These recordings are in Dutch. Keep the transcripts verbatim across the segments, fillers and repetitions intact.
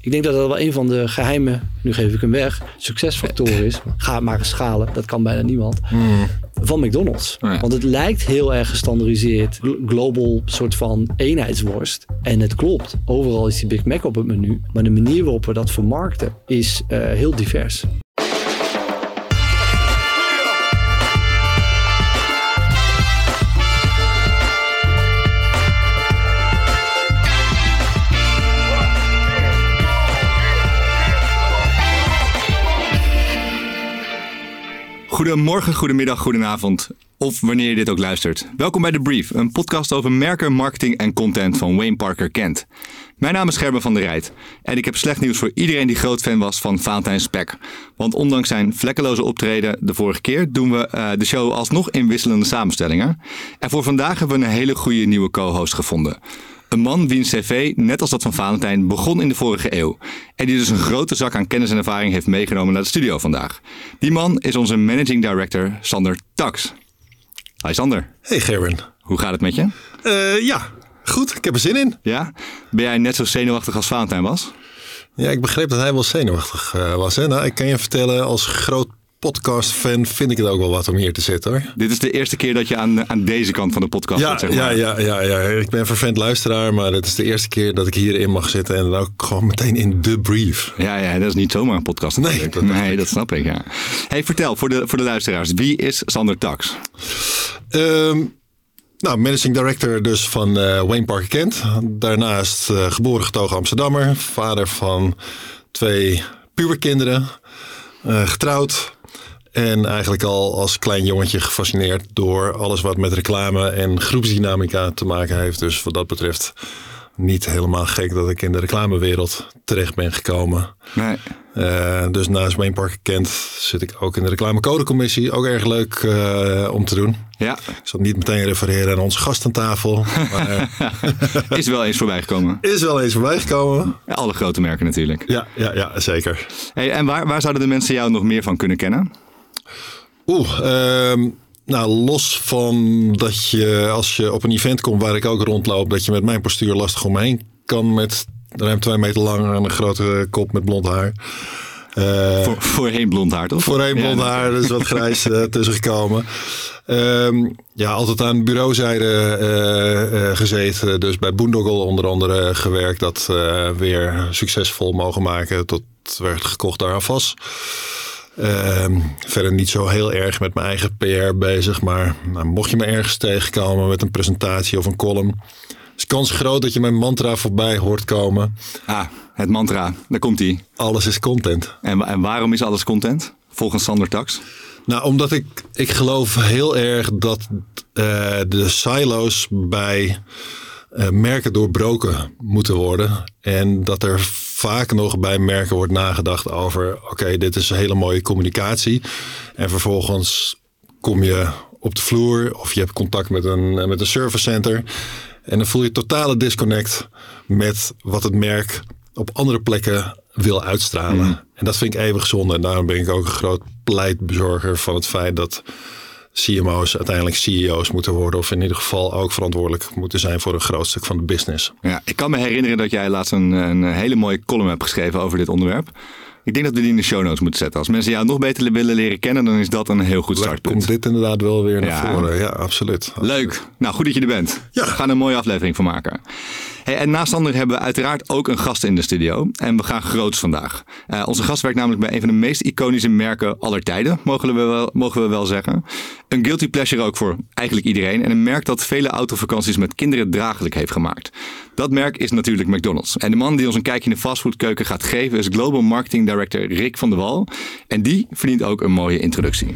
Ik denk dat dat wel een van de geheime, nu geef ik hem weg, succesfactoren is. Ga het maar eens schalen, dat kan bijna niemand. Mm. Van McDonald's. Oh ja. Want het lijkt heel erg gestandardiseerd. Global soort van eenheidsworst. En het klopt. Overal is die Big Mac op het menu. Maar de manier waarop we dat vermarkten is uh, heel divers. Goedemorgen, goedemiddag, goedenavond of wanneer je dit ook luistert. Welkom bij The Brief, een podcast over merken, marketing en content van Wayne Parker Kent. Mijn naam is Gerben van der Rijt en ik heb slecht nieuws voor iedereen die groot fan was van Valentijn Spek. Want ondanks zijn vlekkeloze optreden de vorige keer doen we uh, de show alsnog in wisselende samenstellingen. En voor vandaag hebben we een hele goede nieuwe co-host gevonden. Een man wiens cv, net als dat van Valentijn, begon in de vorige eeuw. En die dus een grote zak aan kennis en ervaring heeft meegenomen naar de studio vandaag. Die man is onze managing director, Sander Tax. Hi Sander. Hey Gerben. Hoe gaat het met je? Uh, ja, goed. Ik heb er zin in. Ja? Ben jij net zo zenuwachtig als Valentijn was? Ja, ik begreep dat hij wel zenuwachtig uh, was. Hè? Nou, ik kan je vertellen, als groot podcastfan vind ik het ook wel wat om hier te zitten, hoor. Dit is de eerste keer dat je aan, aan deze kant van de podcast ja, zit, zeg maar. Ja, ja, ja, ja. Ik ben een vervent luisteraar, maar het is de eerste keer dat ik hierin mag zitten en dan ook gewoon meteen in The Brief. Ja, ja, dat is niet zomaar een podcast natuurlijk. Nee, dat, nee, dat snap ik, ja. Hey, vertel, voor de, voor de luisteraars, wie is Sander Tax? Um, nou, managing director dus van uh, Wayne Parker Kent. Daarnaast uh, geboren getogen Amsterdammer, vader van twee puberkinderen, uh, getrouwd. En eigenlijk al als klein jongetje gefascineerd door alles wat met reclame en groepsdynamica te maken heeft. Dus wat dat betreft niet helemaal gek dat ik in de reclamewereld terecht ben gekomen. Nee. Uh, dus naast Wayne Parker Kent zit ik ook in de reclamecodecommissie. Ook erg leuk uh, om te doen. Ja. Ik zal niet meteen refereren aan onze gast aan tafel. Maar, uh, is wel eens voorbij gekomen. Is wel eens voorbij gekomen. Ja, alle grote merken natuurlijk. Ja, ja, ja zeker. Hey, en waar, waar zouden de mensen jou nog meer van kunnen kennen? Oeh, uh, nou los van dat je als je op een event komt waar ik ook rondloop, dat je met mijn postuur lastig om me heen kan met ruim twee meter lang en een grote kop met blond haar. Uh, Voor, voorheen blond haar, toch? Voorheen blond ja, haar, dus wat grijs uh, tussengekomen. Um, ja, altijd aan bureauzijde uh, uh, gezeten. Dus bij Boondoggle onder andere gewerkt. Dat uh, weer succesvol mogen maken. Tot werd gekocht door Havas. Uh, verder niet zo heel erg met mijn eigen P R bezig. Maar nou, mocht je me ergens tegenkomen met een presentatie of een column, is kans groot dat je mijn mantra voorbij hoort komen. Ah, het mantra. Daar komt ie. Alles is content. En, en waarom is alles content? Volgens Sander Tax? Nou, omdat ik, ik geloof heel erg dat uh, de silo's bij uh, merken doorbroken moeten worden. En dat er vaak nog bij merken wordt nagedacht over, oké, okay, dit is een hele mooie communicatie. En vervolgens kom je op de vloer of je hebt contact met een, met een service center. En dan voel je totale disconnect met wat het merk op andere plekken wil uitstralen. Mm. En dat vind ik eeuwig zonde. En daarom ben ik ook een groot pleitbezorger van het feit dat C M O's uiteindelijk C E O's moeten worden. Of in ieder geval ook verantwoordelijk moeten zijn voor een groot stuk van de business. Ja, ik kan me herinneren dat jij laatst een, een hele mooie column hebt geschreven over dit onderwerp. Ik denk dat we die in de show notes moeten zetten. Als mensen jou nog beter willen leren kennen, dan is dat een heel goed startpunt. Dan komt dit inderdaad wel weer naar ja. voren. Ja, absoluut, absoluut. Leuk. Nou, goed dat je er bent. Ja. We gaan er een mooie aflevering van maken. Hey, en naast Sander hebben we uiteraard ook een gast in de studio. En we gaan groots vandaag. Uh, onze gast werkt namelijk bij een van de meest iconische merken aller tijden, mogen we wel, mogen we wel zeggen. Een guilty pleasure ook voor eigenlijk iedereen. En een merk dat vele autovakanties met kinderen draaglijk heeft gemaakt. Dat merk is natuurlijk McDonald's. En de man die ons een kijkje in de fastfoodkeuken gaat geven is Global Marketing Director Rick van der Wal. En die verdient ook een mooie introductie.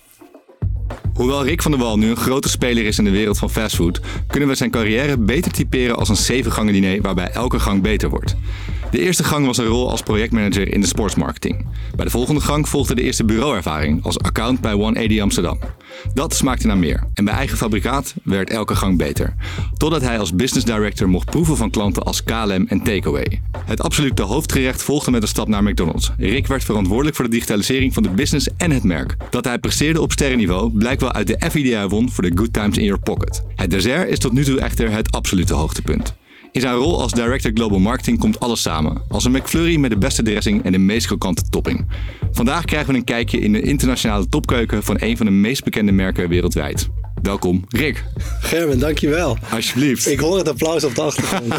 Hoewel Rick van der Wal nu een grote speler is in de wereld van fastfood, kunnen we zijn carrière beter typeren als een zeven gangen diner waarbij elke gang beter wordt. De eerste gang was een rol als projectmanager in de sportsmarketing. Bij de volgende gang volgde de eerste bureauervaring als account bij honderdtachtig Amsterdam. Dat smaakte naar meer en bij eigen fabrikaat werd elke gang beter. Totdat hij als business director mocht proeven van klanten als K L M en Takeaway. Het absolute hoofdgerecht volgde met een stap naar McDonald's. Rick werd verantwoordelijk voor de digitalisering van de business en het merk. Dat hij presteerde op sterrenniveau blijkt wel uit de Effie die hij won voor de Good Times in Your Pocket. Het dessert is tot nu toe echter het absolute hoogtepunt. In zijn rol als Director Global Marketing komt alles samen. Als een McFlurry met de beste dressing en de meest krokante topping. Vandaag krijgen we een kijkje in de internationale topkeuken van een van de meest bekende merken wereldwijd. Welkom, Rick. Gerben, dankjewel. Alsjeblieft. Ik hoor het applaus op de achtergrond.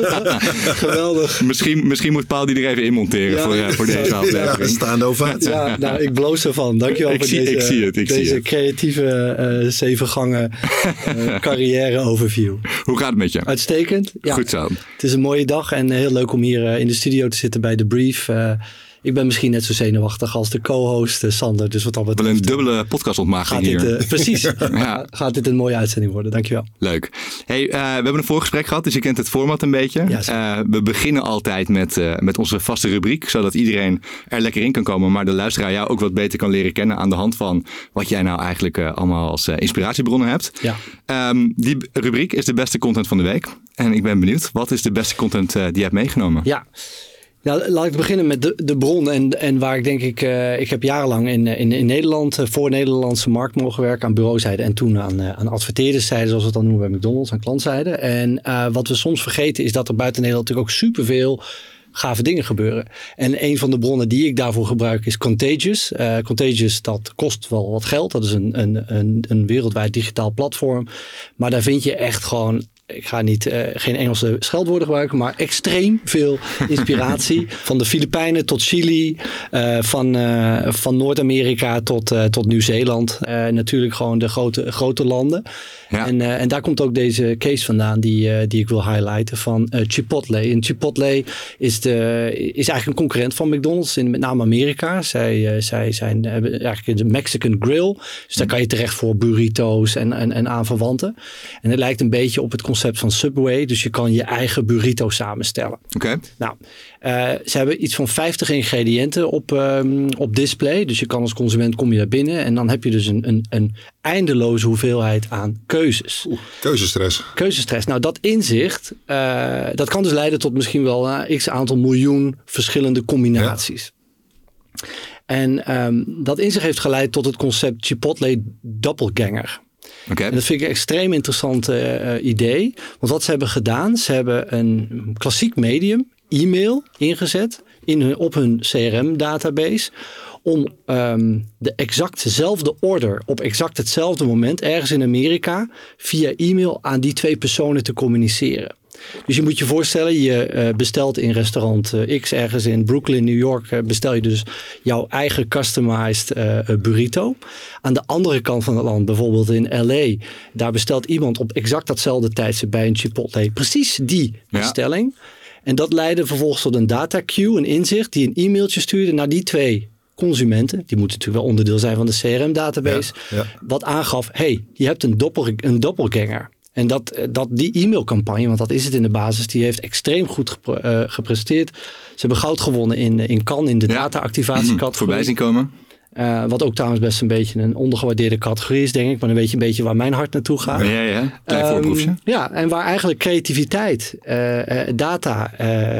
Geweldig. Misschien, misschien moet Paul die er even inmonteren ja, voor, uh, voor deze aflevering. Ja, staande ovatie. Ja, nou, ik bloos ervan. Dankjewel ik voor zie, deze, ik zie het, ik deze zie het. creatieve uh, zeven gangen uh, carrière overview. Hoe gaat het met je? Uitstekend. Ja. Goed zo. Het is een mooie dag en heel leuk om hier uh, in de studio te zitten bij The Brief. Uh, Ik ben misschien net zo zenuwachtig als de co-host uh, Sander. Dus wat dat betreft, wel een dubbele podcastontmaking hier. Dit, uh, precies. ja. Gaat dit een mooie uitzending worden. Dankjewel. Leuk. Hey, uh, we hebben een voorgesprek gehad, dus je kent het format een beetje. Ja, uh, we beginnen altijd met, uh, met onze vaste rubriek. Zodat iedereen er lekker in kan komen. Maar de luisteraar jou ook wat beter kan leren kennen aan de hand van wat jij nou eigenlijk uh, allemaal als uh, inspiratiebronnen hebt. Ja. Um, die rubriek is de beste content van de week. En ik ben benieuwd, wat is de beste content uh, die je hebt meegenomen? Ja. Nou, laat ik beginnen met de, de bron en, en waar ik denk ik, uh, ik heb jarenlang in, in, in Nederland uh, voor Nederlandse markt mogen werken aan bureauzijde en toen aan, uh, aan adverteerderszijde, zoals we het dan noemen bij McDonald's, aan klantzijde. En uh, wat we soms vergeten is dat er buiten Nederland natuurlijk ook superveel gave dingen gebeuren. En een van de bronnen die ik daarvoor gebruik is Contagious. Uh, Contagious, dat kost wel wat geld. Dat is een, een, een, een wereldwijd digitaal platform. Maar daar vind je echt gewoon, ik ga niet, uh, geen Engelse scheldwoorden gebruiken, maar extreem veel inspiratie. Van de Filipijnen tot Chili, uh, van, uh, van Noord-Amerika tot, uh, tot Nieuw-Zeeland. Uh, natuurlijk gewoon de grote, grote landen. Ja. En, uh, en daar komt ook deze case vandaan die, uh, die ik wil highlighten van uh, Chipotle. En Chipotle is, de, is eigenlijk een concurrent van McDonald's in met name Amerika. Zij, uh, zij zijn, hebben eigenlijk de Mexican Grill. Dus daar kan je terecht voor burrito's en, en, en aanverwanten. En het lijkt een beetje op het concept van Subway. Dus je kan je eigen burrito samenstellen. Oké. Okay. Nou, uh, ze hebben iets van vijftig ingrediënten op, um, op display. Dus je kan als consument kom je daar binnen. En dan heb je dus een, een, een eindeloze hoeveelheid aan keuzes. Oeh, keuzestress. Keuzestress. Nou, dat inzicht, uh, dat kan dus leiden tot misschien wel uh, x aantal miljoen verschillende combinaties. Ja. En um, dat inzicht heeft geleid tot het concept Chipotle Doppelganger. Okay. En dat vind ik een extreem interessant uh, idee. Want wat ze hebben gedaan, ze hebben een klassiek medium, e-mail, ingezet in hun, op hun C R M-database. Om um, de exactzelfde order op exact hetzelfde moment ergens in Amerika via e-mail aan die twee personen te communiceren. Dus je moet je voorstellen, je uh, bestelt in restaurant uh, X ergens in Brooklyn, New York, uh, bestel je dus jouw eigen customized uh, burrito. Aan de andere kant van het land, bijvoorbeeld in L A, daar bestelt iemand op exact datzelfde tijdstip bij een Chipotle precies die bestelling. Ja. En dat leidde vervolgens tot een data queue, een inzicht die een e-mailtje stuurde naar die twee consumenten. Die moeten natuurlijk wel onderdeel zijn van de C R M-database. Ja, ja. Wat aangaf, hey, je hebt een, doppel, een doppelganger. En dat, dat die e-mailcampagne, want dat is het in de basis, die heeft extreem goed gepre, uh, gepresteerd. Ze hebben goud gewonnen in, in Cannes in de ja. data-activatiecategorie. Voorbij zien komen. Uh, wat ook trouwens best een beetje een ondergewaardeerde categorie is, denk ik. Maar dan weet je een beetje waar mijn hart naartoe gaat. Ja, ja. Klein um, voorproefje. Ja, en waar eigenlijk creativiteit, uh, uh, data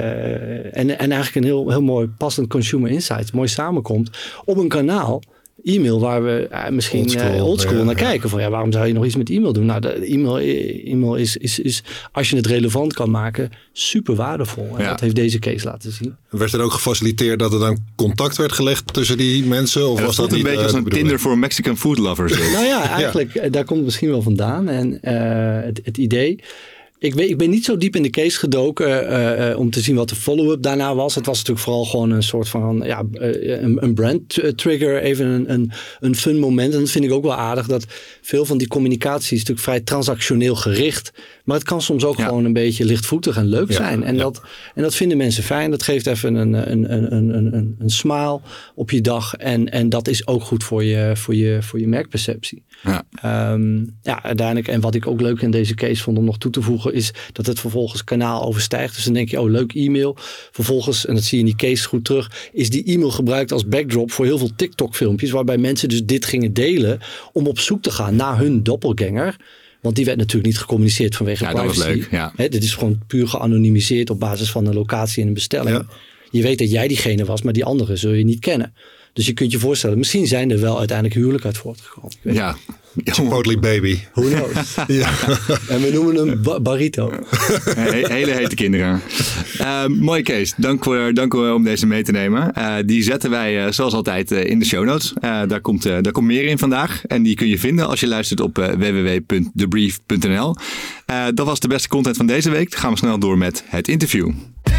uh, en, en eigenlijk een heel, heel mooi passend consumer insights mooi samenkomt op een kanaal. E-mail waar we uh, misschien oldschool, uh, oldschool ja, naar ja. kijken. Van ja, waarom zou je nog iets met e-mail doen? Nou, de e-mail, e-mail is, is, is, als je het relevant kan maken, super waardevol. En ja. dat heeft deze case laten zien. Werd er ook gefaciliteerd dat er dan contact werd gelegd tussen die mensen? Of ja, was dat dat een beetje als een Tinder voor Mexican food lovers? Nou ja, eigenlijk, ja. daar komt het misschien wel vandaan. En uh, het, het idee... Ik, weet, ik ben niet zo diep in de case gedoken uh, uh, om te zien wat de follow-up daarna was. Het was natuurlijk vooral gewoon een soort van ja, uh, een, een brand trigger, even een, een, een fun moment. En dat vind ik ook wel aardig, dat veel van die communicatie is natuurlijk vrij transactioneel gericht. Maar het kan soms ook ja. gewoon een beetje lichtvoetig en leuk ja, zijn. En, ja. dat, en dat vinden mensen fijn. Dat geeft even een, een, een, een, een, een smile op je dag. En, en dat is ook goed voor je, voor je, voor je merkperceptie. Ja. Um, ja, uiteindelijk. En wat ik ook leuk in deze case vond om nog toe te voegen, is dat het vervolgens kanaal overstijgt. Dus dan denk je, oh leuk e-mail. Vervolgens, en dat zie je in die case goed terug, is die e-mail gebruikt als backdrop voor heel veel TikTok filmpjes, waarbij mensen dus dit gingen delen om op zoek te gaan naar hun doppelganger. Want die werd natuurlijk niet gecommuniceerd vanwege ja, privacy. Dat was leuk, ja. He, dit is gewoon puur geanonimiseerd op basis van een locatie en een bestelling. Ja. Je weet dat jij diegene was, maar die andere zul je niet kennen. Dus je kunt je voorstellen, misschien zijn er wel uiteindelijk huwelijk uit voortgekomen. Ja. Chipotle baby. Who knows? Ja. En we noemen hem ba- Barito. He- hele hete kinderen. Uh, mooi Kees, dank, voor, dank om deze mee te nemen. Uh, die zetten wij uh, zoals altijd uh, in de show notes. Uh, daar, komt, uh, daar komt meer in vandaag. En die kun je vinden als je luistert op uh, w w w punt the brief punt n l. Uh, dat was de beste content van deze week. Dan gaan we snel door met het interview.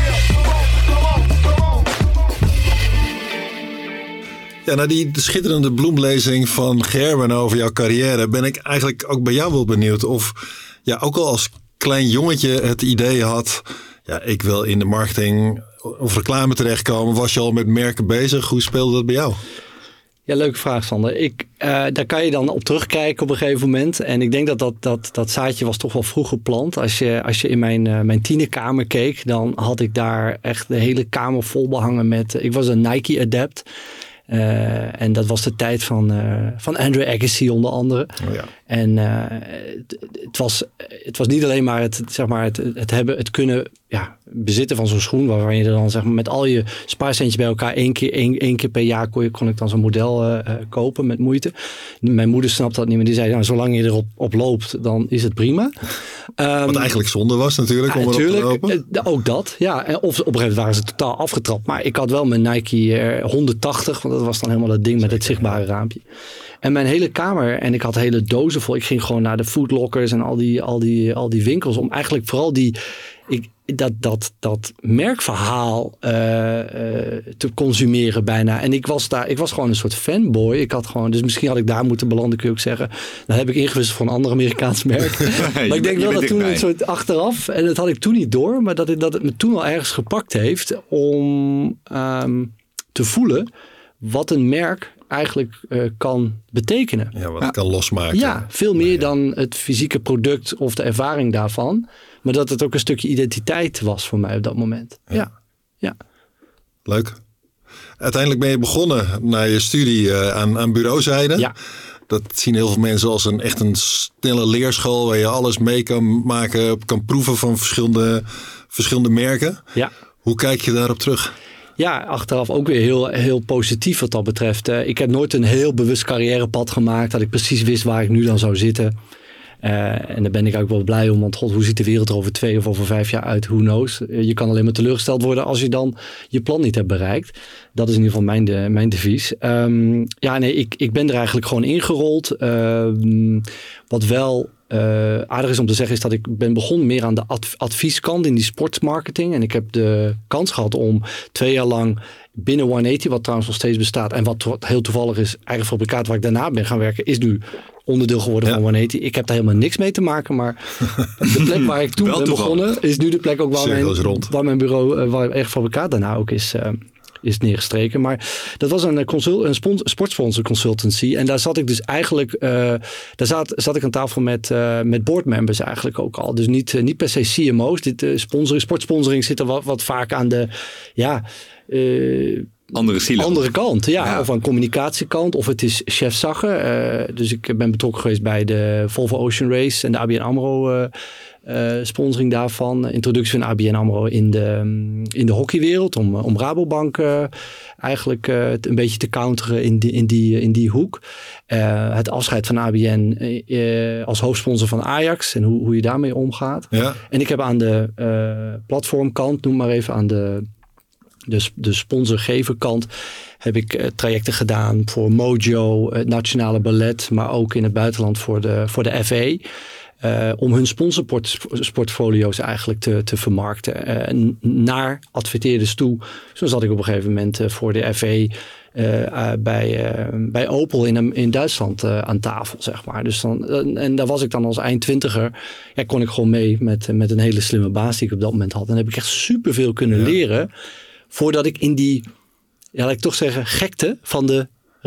Ja, na die schitterende bloemlezing van Gerben over jouw carrière ben ik eigenlijk ook bij jou wel benieuwd of ja, ook al als klein jongetje het idee had, ja, ik wil in de marketing of reclame terechtkomen. Was je al met merken bezig? Hoe speelde dat bij jou? Ja, leuke vraag, Sander. Ik, uh, daar kan je dan op terugkijken op een gegeven moment. En ik denk dat dat, dat, dat zaadje was toch wel vroeg geplant. Als je, als je in mijn, uh, mijn tienerkamer keek, dan had ik daar echt de hele kamer vol behangen met... Uh, ik was een Nike-adept. Uh, en dat was de tijd van, uh, van Andre Agassi onder andere. Oh ja. En uh, het, het, was, het was niet alleen maar het, zeg maar het, het hebben, het kunnen ja, bezitten van zo'n schoen, waarvan je er dan zeg maar, met al je spaarcentjes bij elkaar één keer, één, één keer per jaar kon, je, kon ik dan zo'n model uh, kopen met moeite. Mijn moeder snapte dat niet meer. Die zei, nou, zolang je erop op loopt, dan is het prima. Um, Wat eigenlijk zonde was natuurlijk, om ja, erop te lopen. Ook dat, ja. Of op een gegeven moment waren ze totaal afgetrapt. Maar ik had wel mijn Nike honderdtachtig, want dat was dan helemaal dat ding met het zichtbare raampje. En mijn hele kamer, en ik had hele dozen vol. Ik ging gewoon naar de Foodlockers en al die, al die, al die winkels om eigenlijk vooral die... Ik, dat, dat, dat merkverhaal uh, uh, te consumeren bijna. En ik was daar, ik was gewoon een soort fanboy. Ik had gewoon, dus misschien had ik daar moeten belanden, kun je ook zeggen. Dan heb ik ingewisseld voor een ander Amerikaans merk. Maar ik denk wel dat toen een soort achteraf, en dat had ik toen niet door, maar dat het, dat het me toen al ergens gepakt heeft om um, te voelen wat een merk eigenlijk uh, kan betekenen. Ja, wat ja. het kan losmaken. Ja, veel meer ja. dan het fysieke product of de ervaring daarvan. Maar dat het ook een stukje identiteit was voor mij op dat moment. Ja, ja. ja. Leuk. Uiteindelijk ben je begonnen na je studie uh, aan, aan bureauzijde. Ja. Dat zien heel veel mensen als een echt een snelle leerschool waar je alles mee kan maken, kan proeven van verschillende, verschillende merken. Ja. Hoe kijk je daarop terug? Ja, achteraf ook weer heel, heel positief wat dat betreft. Uh, ik heb nooit een heel bewust carrièrepad gemaakt. Dat ik precies wist waar ik nu dan zou zitten. Uh, en daar ben ik ook wel blij om. Want god, hoe ziet de wereld er over twee of over vijf jaar uit? Who knows? Uh, je kan alleen maar teleurgesteld worden als je dan je plan niet hebt bereikt. Dat is in ieder geval mijn, de, mijn devies. Um, ja, nee, ik, ik ben er eigenlijk gewoon ingerold. Uh, wat wel... Uh, aardig is om te zeggen is dat ik ben begonnen meer aan de adv- advieskant in die sportmarketing. En ik heb de kans gehad om twee jaar lang binnen honderdtachtig, wat trouwens nog steeds bestaat. En wat to- heel toevallig is, eigen fabrikaat waar ik daarna ben gaan werken, is nu onderdeel geworden ja. van honderdtachtig. Ik heb daar helemaal niks mee te maken. Maar de plek waar ik toen ben toevallig. begonnen, is nu de plek ook waar, mijn, waar mijn bureau, waar mijn eigen fabrikaat daarna ook is... Uh, is neergestreken. Maar dat was een, consult, een spons, sportsponsor consultancy. En daar zat ik dus eigenlijk... Uh, daar zat, zat ik aan tafel met, uh, met boardmembers eigenlijk ook al. Dus niet, uh, niet per se C M O's. Dit, uh, sponsoring, sportsponsoring zit er wat, wat vaak aan de... ja. Uh, Andere silo. Andere kant, ja. ja. Of aan communicatiekant. Of het is chef Zagge. Uh, dus ik ben betrokken geweest bij de Volvo Ocean Race en de A B N AMRO uh, uh, sponsoring daarvan. Introductie van A B N AMRO in de, in de hockeywereld. Om, om Rabobank uh, eigenlijk uh, een beetje te counteren in die, in die, in die hoek. Uh, het afscheid van A B N uh, als hoofdsponsor van Ajax. En hoe, hoe je daarmee omgaat. Ja. En ik heb aan de uh, platformkant, noem maar even aan de... Dus de sponsorgeverkant heb ik uh, trajecten gedaan voor Mojo, het Nationale Ballet, maar ook in het buitenland voor de, voor de F A. Uh, om hun sponsorportfolio's eigenlijk te, te vermarkten. Uh, naar adverteerders toe. Zo zat ik op een gegeven moment uh, voor de F A uh, uh, bij, uh, bij Opel in, in Duitsland uh, aan tafel, zeg maar. Dus dan, uh, en daar was ik dan als eindtwintiger. Ja, kon ik gewoon mee met, met een hele slimme baas die ik op dat moment had. En heb ik echt superveel kunnen ja. leren. Voordat ik in die, ja, laat ik toch zeggen, gekte van de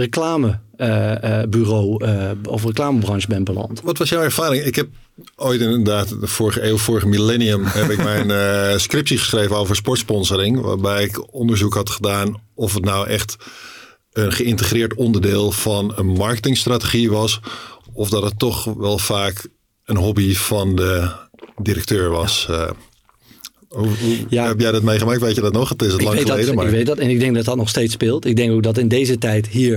reclamebureau uh, uh, of reclamebranche ben beland. Wat was jouw ervaring? Ik heb ooit inderdaad, de vorige eeuw, vorige millennium, heb ik mijn uh, scriptie geschreven over sportsponsoring. Waarbij ik onderzoek had gedaan of het nou echt een geïntegreerd onderdeel van een marketingstrategie was. Of dat het toch wel vaak een hobby van de directeur was. Ja. Uh, Hoe, hoe ja. heb jij dat meegemaakt? Weet je dat nog? Het is het lang geleden. Dat, maar... Ik weet dat en ik denk dat dat nog steeds speelt. Ik denk ook dat in deze tijd hier uh,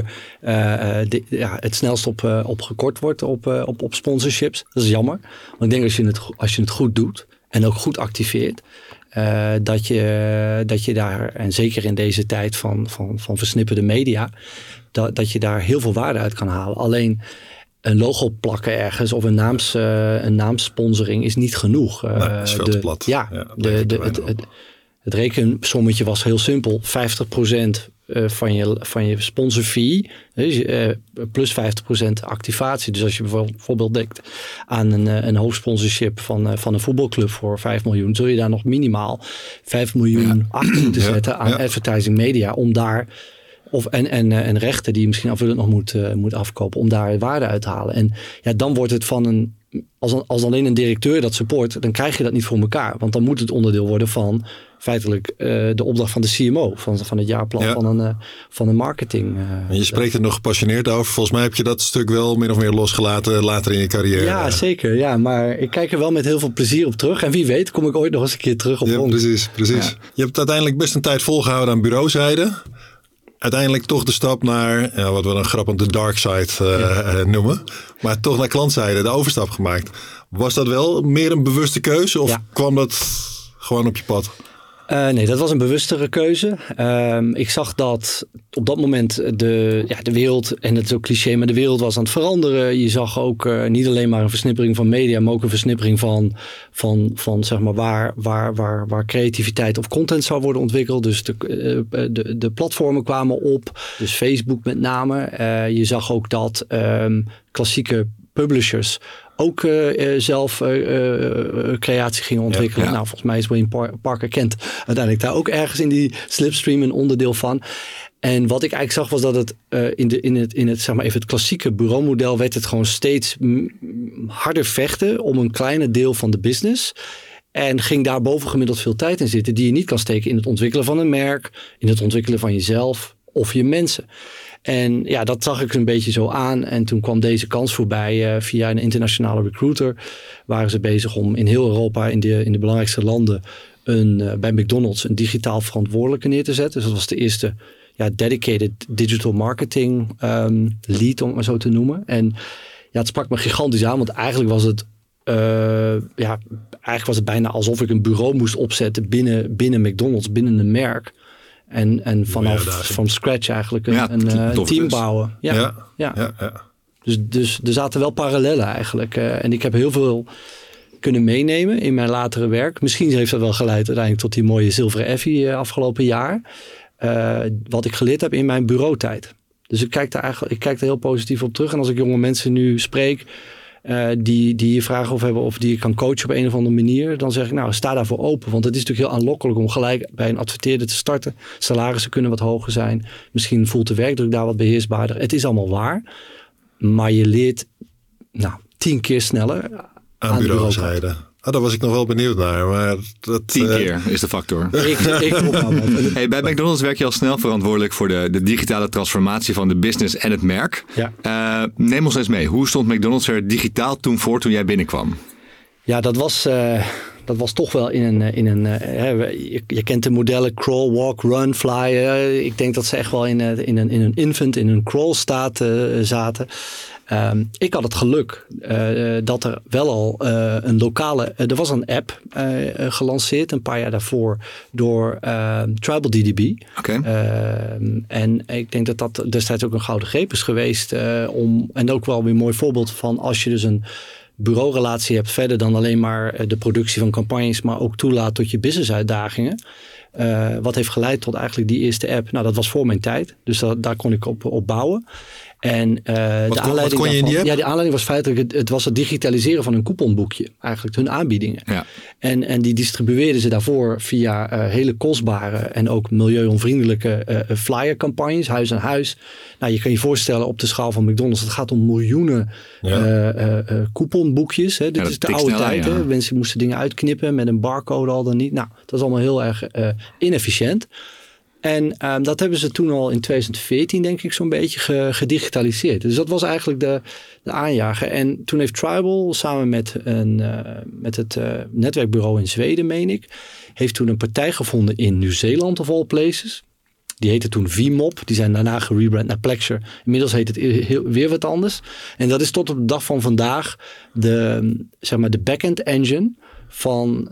de, ja, het snelst op, uh, op gekort wordt op, uh, op, op sponsorships. Dat is jammer. Want ik denk als je het, als je het goed doet en ook goed activeert. Uh, dat, je, dat je daar, en zeker in deze tijd van, van, van versnipperde media, dat, dat je daar heel veel waarde uit kan halen. Alleen een logo plakken ergens of een, naams, uh, een naamssponsoring is niet genoeg. Uh, nee, dat is veel de, te plat. Ja, ja de, de, het, het, het rekensommetje was heel simpel. vijftig procent van je, van je sponsorfee uh, plus vijftig procent activatie. Dus als je bijvoorbeeld denkt aan een, een hoofdsponsorship van, uh, van een voetbalclub voor vijf miljoen, zul je daar nog minimaal vijf miljoen ja. achter moeten zetten ja. aan ja. advertising media om daar Of, en, en, en rechten die je misschien aanvullend nog moet, uh, moet afkopen om daar waarde uit te halen. En ja, dan wordt het van een, als, een, als alleen een directeur dat support, dan krijg je dat niet voor elkaar. Want dan moet het onderdeel worden van feitelijk uh, de opdracht van de C M O, van, van het jaarplan ja. van, een, uh, van een marketing. Uh, en je spreekt er nog gepassioneerd over. Volgens mij heb je dat stuk wel min of meer losgelaten later in je carrière. Ja, zeker. Ja, maar ik kijk er wel met heel veel plezier op terug. En wie weet kom ik ooit nog eens een keer terug op ja, precies, precies. Ja. Je hebt uiteindelijk best een tijd volgehouden aan bureauzijde. Uiteindelijk toch de stap naar, ja, wat we dan grappig de dark side uh, ja. noemen. Maar toch naar klantzijde, de overstap gemaakt. Was dat wel meer een bewuste keuze of ja. kwam dat gewoon op je pad? Uh, nee, dat was een bewustere keuze. Um, ik zag dat op dat moment de, ja, de wereld, en het is ook cliché, maar de wereld was aan het veranderen. Je zag ook uh, niet alleen maar een versnippering van media, maar ook een versnippering van, van, van zeg maar waar, waar, waar, waar creativiteit of content zou worden ontwikkeld. Dus de, uh, de, de platformen kwamen op, dus Facebook met name. Uh, je zag ook dat um, klassieke publishers ook uh, zelf uh, uh, creatie gingen ontwikkelen. Ja, ja. Nou, volgens mij is Wayne Par- Parker Kent uiteindelijk daar ook ergens in die slipstream een onderdeel van. En wat ik eigenlijk zag was dat het uh, in, de, in het, in het, zeg maar even het klassieke bureaumodel werd het gewoon steeds m- harder vechten om een kleine deel van de business. En ging daar bovengemiddeld veel tijd in zitten die je niet kan steken in het ontwikkelen van een merk, in het ontwikkelen van jezelf of je mensen. En ja, dat zag ik een beetje zo aan. En toen kwam deze kans voorbij uh, via een internationale recruiter. Waren ze bezig om in heel Europa, in de, in de belangrijkste landen, een, uh, bij McDonald's een digitaal verantwoordelijke neer te zetten. Dus dat was de eerste ja, dedicated digital marketing um, lead, om het maar zo te noemen. En ja, het sprak me gigantisch aan, want eigenlijk was het Uh, ja, eigenlijk was het bijna alsof ik een bureau moest opzetten binnen, binnen McDonald's, binnen een merk. En, en vanaf ja, from scratch eigenlijk een, ja, een, een, een team bouwen. Ja, ja, ja. ja, ja. Dus, dus er zaten wel parallellen eigenlijk. Uh, en ik heb heel veel kunnen meenemen in mijn latere werk. Misschien heeft dat wel geleid uiteindelijk tot die mooie zilveren Effie uh, afgelopen jaar. Uh, wat ik geleerd heb in mijn bureautijd. Dus ik kijk daar eigenlijk ik kijk daar heel positief op terug. En als ik jonge mensen nu spreek, Uh, die, die je vragen of hebben of die je kan coachen op een of andere manier, dan zeg ik nou sta daarvoor open. Want het is natuurlijk heel aanlokkelijk om gelijk bij een adverteerder te starten. Salarissen kunnen wat hoger zijn. Misschien voelt de werkdruk daar wat beheersbaarder. Het is allemaal waar. Maar je leert nou, tien keer sneller aan, aan bureauzijde. Ah, daar was ik nog wel benieuwd naar. Maar dat, Tien uh... keer is de factor. ik, ik hey, bij McDonald's werk je al snel verantwoordelijk voor de, de digitale transformatie van de business en het merk. Ja. Uh, neem ons eens mee. Hoe stond McDonald's er digitaal toen voor toen jij binnenkwam? Ja, dat was, uh, dat was toch wel in een... In een uh, je, je kent de modellen crawl, walk, run, fly. Uh, ik denk dat ze echt wel in, uh, in, een, in een infant, in een crawl staat uh, zaten. Um, ik had het geluk uh, dat er wel al uh, een lokale... Uh, er was een app uh, gelanceerd een paar jaar daarvoor door uh, Tribal D D B. Okay. Uh, en ik denk dat dat destijds ook een gouden greep is geweest. Uh, om, en ook wel weer een mooi voorbeeld van als je dus een bureaurelatie hebt verder dan alleen maar de productie van campagnes, maar ook toelaat tot je businessuitdagingen. Uh, wat heeft geleid tot eigenlijk die eerste app? Nou, dat was voor mijn tijd. Dus dat, daar kon ik op, op bouwen. En, uh, wat, de kon, wat kon je daarvan, in die app? Ja, de aanleiding was feitelijk, het, het was het digitaliseren van een couponboekje. Eigenlijk hun aanbiedingen. Ja. En, en die distribueerden ze daarvoor via uh, hele kostbare en ook milieuonvriendelijke uh, flyercampagnes, huis aan huis. Nou, je kan je voorstellen op de schaal van McDonald's, het gaat om miljoenen ja. uh, uh, uh, couponboekjes. Hè. Dit ja, is de oude snel, tijd. Ja. Hè. Mensen moesten dingen uitknippen met een barcode al dan niet. Nou, dat is allemaal heel erg uh, inefficiënt. En um, dat hebben ze toen al in twintig veertien denk ik zo'n beetje ge, gedigitaliseerd. Dus dat was eigenlijk de, de aanjager. En toen heeft Tribal samen met, een, uh, met het uh, netwerkbureau in Zweden, meen ik, heeft toen een partij gevonden in Nieuw-Zeeland of all places. Die heette toen V M O P. Die zijn daarna gerebrand naar Plexure. Inmiddels heet het heel, weer wat anders. En dat is tot op de dag van vandaag de, zeg maar de backend engine van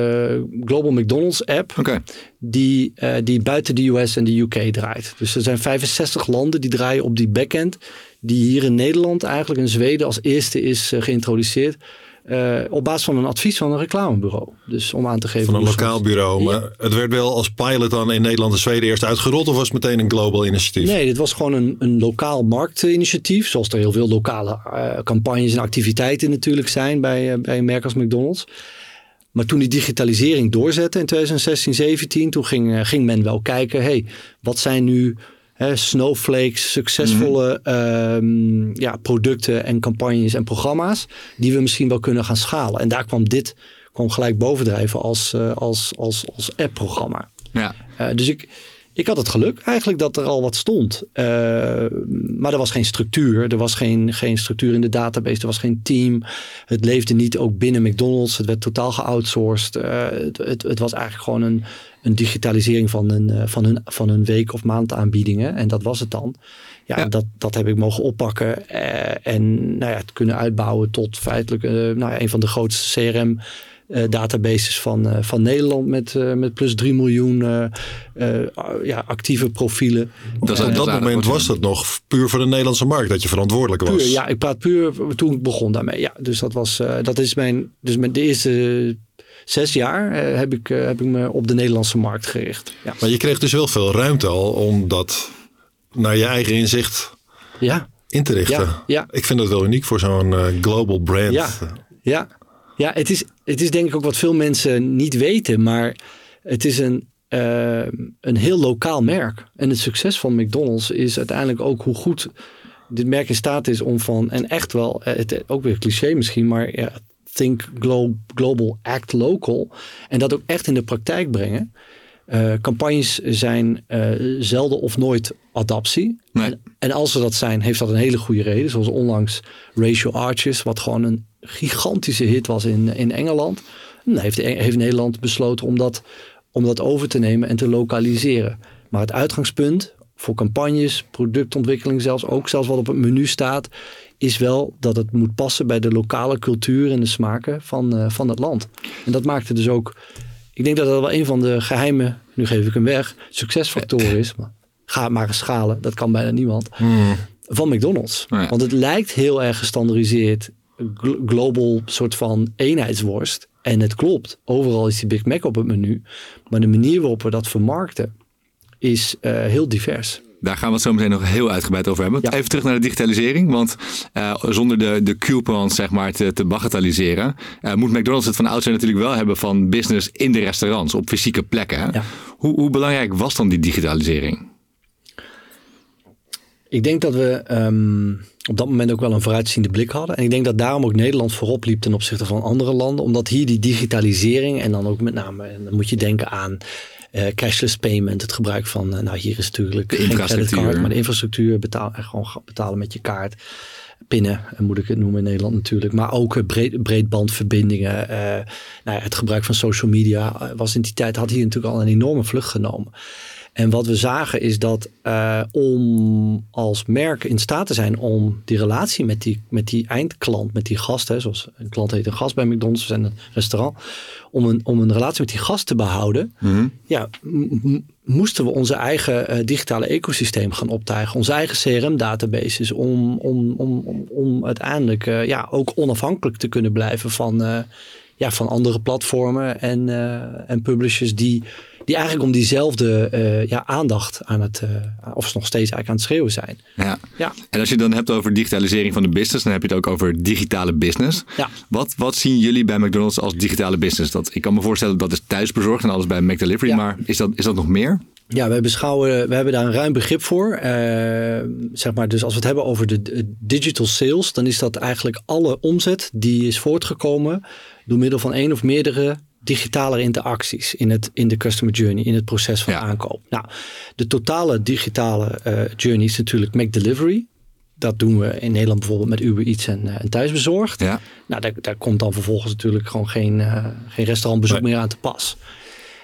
de Global McDonald's app. Okay. Die, uh, die buiten de U S en de U K draait. Dus er zijn vijfenzestig landen die draaien op die backend. Die hier in Nederland eigenlijk in Zweden als eerste is uh, geïntroduceerd. Uh, op basis van een advies van een reclamebureau. Dus om aan te geven. Van een lokaal bureau. Maar ja. Het werd wel als pilot dan in Nederland en Zweden eerst uitgerold. Of was het meteen een global initiatief? Nee, dit was gewoon een, een lokaal marktinitiatief. Zoals er heel veel lokale uh, campagnes en activiteiten natuurlijk zijn bij, uh, bij een merk als McDonald's. Maar toen die digitalisering doorzette in twintig zestien, zeventien. Toen ging, uh, ging men wel kijken. Hey, wat zijn nu He, snowflakes, succesvolle mm-hmm. um, ja, producten en campagnes en programma's die we misschien wel kunnen gaan schalen. En daar kwam dit kwam gelijk bovendrijven als, uh, als, als, als app-programma. Ja. Uh, dus ik, ik had het geluk eigenlijk dat er al wat stond. Uh, maar er was geen structuur. Er was geen, geen structuur in de database. Er was geen team. Het leefde niet ook binnen McDonald's. Het werd totaal geoutsourced. Uh, het, het, het was eigenlijk gewoon een een digitalisering van hun, van hun, van hun week- of maandaanbiedingen. En dat was het dan. Ja, ja. Dat, dat heb ik mogen oppakken. Uh, en nou ja, het kunnen uitbouwen tot feitelijk uh, nou ja, een van de grootste C R M uh, databases van, uh, van Nederland. Met, uh, met plus drie miljoen uh, uh, ja, actieve profielen. Dat is, op dat moment was dat nog puur voor de Nederlandse markt dat je verantwoordelijk was. Puur, ja, ik praat puur toen ik begon daarmee. Ja, dus dat was uh, dat is mijn, dus mijn de eerste Zes jaar uh, heb, ik, uh, heb ik me op de Nederlandse markt gericht. Ja. Maar je kreeg dus wel veel ruimte al om dat naar je eigen inzicht ja. in te richten. Ja, ja. Ik vind dat wel uniek voor zo'n uh, global brand. Ja, ja. ja het, is, het is denk ik ook wat veel mensen niet weten. Maar het is een, uh, een heel lokaal merk. En het succes van McDonald's is uiteindelijk ook hoe goed dit merk in staat is om van... En echt wel, het, ook weer cliché misschien, maar... Ja, think glo- global, act local. En dat ook echt in de praktijk brengen. Uh, campagnes zijn uh, zelden of nooit adaptie. Nee. En, en als ze dat zijn, heeft dat een hele goede reden. Zoals onlangs Ratio Arches, wat gewoon een gigantische hit was in, in Engeland. En dan heeft, heeft Nederland besloten om dat, om dat over te nemen en te lokaliseren. Maar het uitgangspunt voor campagnes, productontwikkeling zelfs, ook zelfs wat op het menu staat, is wel dat het moet passen bij de lokale cultuur en de smaken van, uh, van het land. En dat maakte dus ook, ik denk dat dat wel een van de geheime, nu geef ik hem weg, succesfactoren is. Maar ga het maar eens schalen, dat kan bijna niemand. Hmm. Van McDonald's. Ja. Want het lijkt heel erg gestandardiseerd, gl- global soort van eenheidsworst. En het klopt, overal is die Big Mac op het menu. Maar de manier waarop we dat vermarkten is uh, heel divers. Daar gaan we het zo meteen nog heel uitgebreid over hebben. Ja. Even terug naar de digitalisering. Want uh, zonder de, de coupons zeg maar, te, te bagatelliseren... Uh, moet McDonald's het van oudsher natuurlijk wel hebben van business in de restaurants. Op fysieke plekken. Ja. Hoe, hoe belangrijk was dan die digitalisering? Ik denk dat we um, op dat moment ook wel een vooruitziende blik hadden. En ik denk dat daarom ook Nederland voorop liep ten opzichte van andere landen. Omdat hier die digitalisering en dan ook met name... En dan moet je denken aan... Uh, cashless payment, het gebruik van, uh, nou hier is natuurlijk geen creditcard, maar de infrastructuur betaal, uh, gewoon betalen met je kaart, pinnen, moet ik het noemen in Nederland natuurlijk, maar ook uh, breed, breedbandverbindingen, uh, nou ja, het gebruik van social media uh, was in die tijd, had hier natuurlijk al een enorme vlucht genomen. En wat we zagen is dat uh, om als merk in staat te zijn om die relatie met die, met die eindklant, met die gast, hè, zoals een klant heet een gast bij McDonald's, we zijn een restaurant, om een, om een relatie met die gast te behouden, mm-hmm. ja, m- moesten we onze eigen uh, digitale ecosysteem gaan optuigen, onze eigen C R M-databases, om, om, om, om, om uiteindelijk uh, ja, ook onafhankelijk te kunnen blijven van, uh, ja, van andere platformen en, uh, en publishers die die eigenlijk om diezelfde uh, ja, aandacht aan het, uh, of nog steeds eigenlijk aan het schreeuwen zijn. Ja. Ja. En als je het dan hebt over digitalisering van de business, dan heb je het ook over digitale business. Ja. Wat, wat zien jullie bij McDonald's als digitale business? Dat, ik kan me voorstellen dat is thuisbezorgd en alles bij McDelivery, ja. Maar is dat, is dat nog meer? Ja, we beschouwen, we hebben daar een ruim begrip voor. Uh, zeg maar, dus als we het hebben over de, de digital sales, dan is dat eigenlijk alle omzet die is voortgekomen door middel van één of meerdere digitale interacties in, het, in de customer journey, in het proces van ja. aankoop. Nou, de totale digitale uh, journey is natuurlijk McDelivery. Dat doen we in Nederland bijvoorbeeld met Uber Eats en, uh, en thuisbezorgd. Ja. Nou, daar, daar komt dan vervolgens natuurlijk gewoon geen, uh, geen restaurantbezoek nee. meer aan te pas.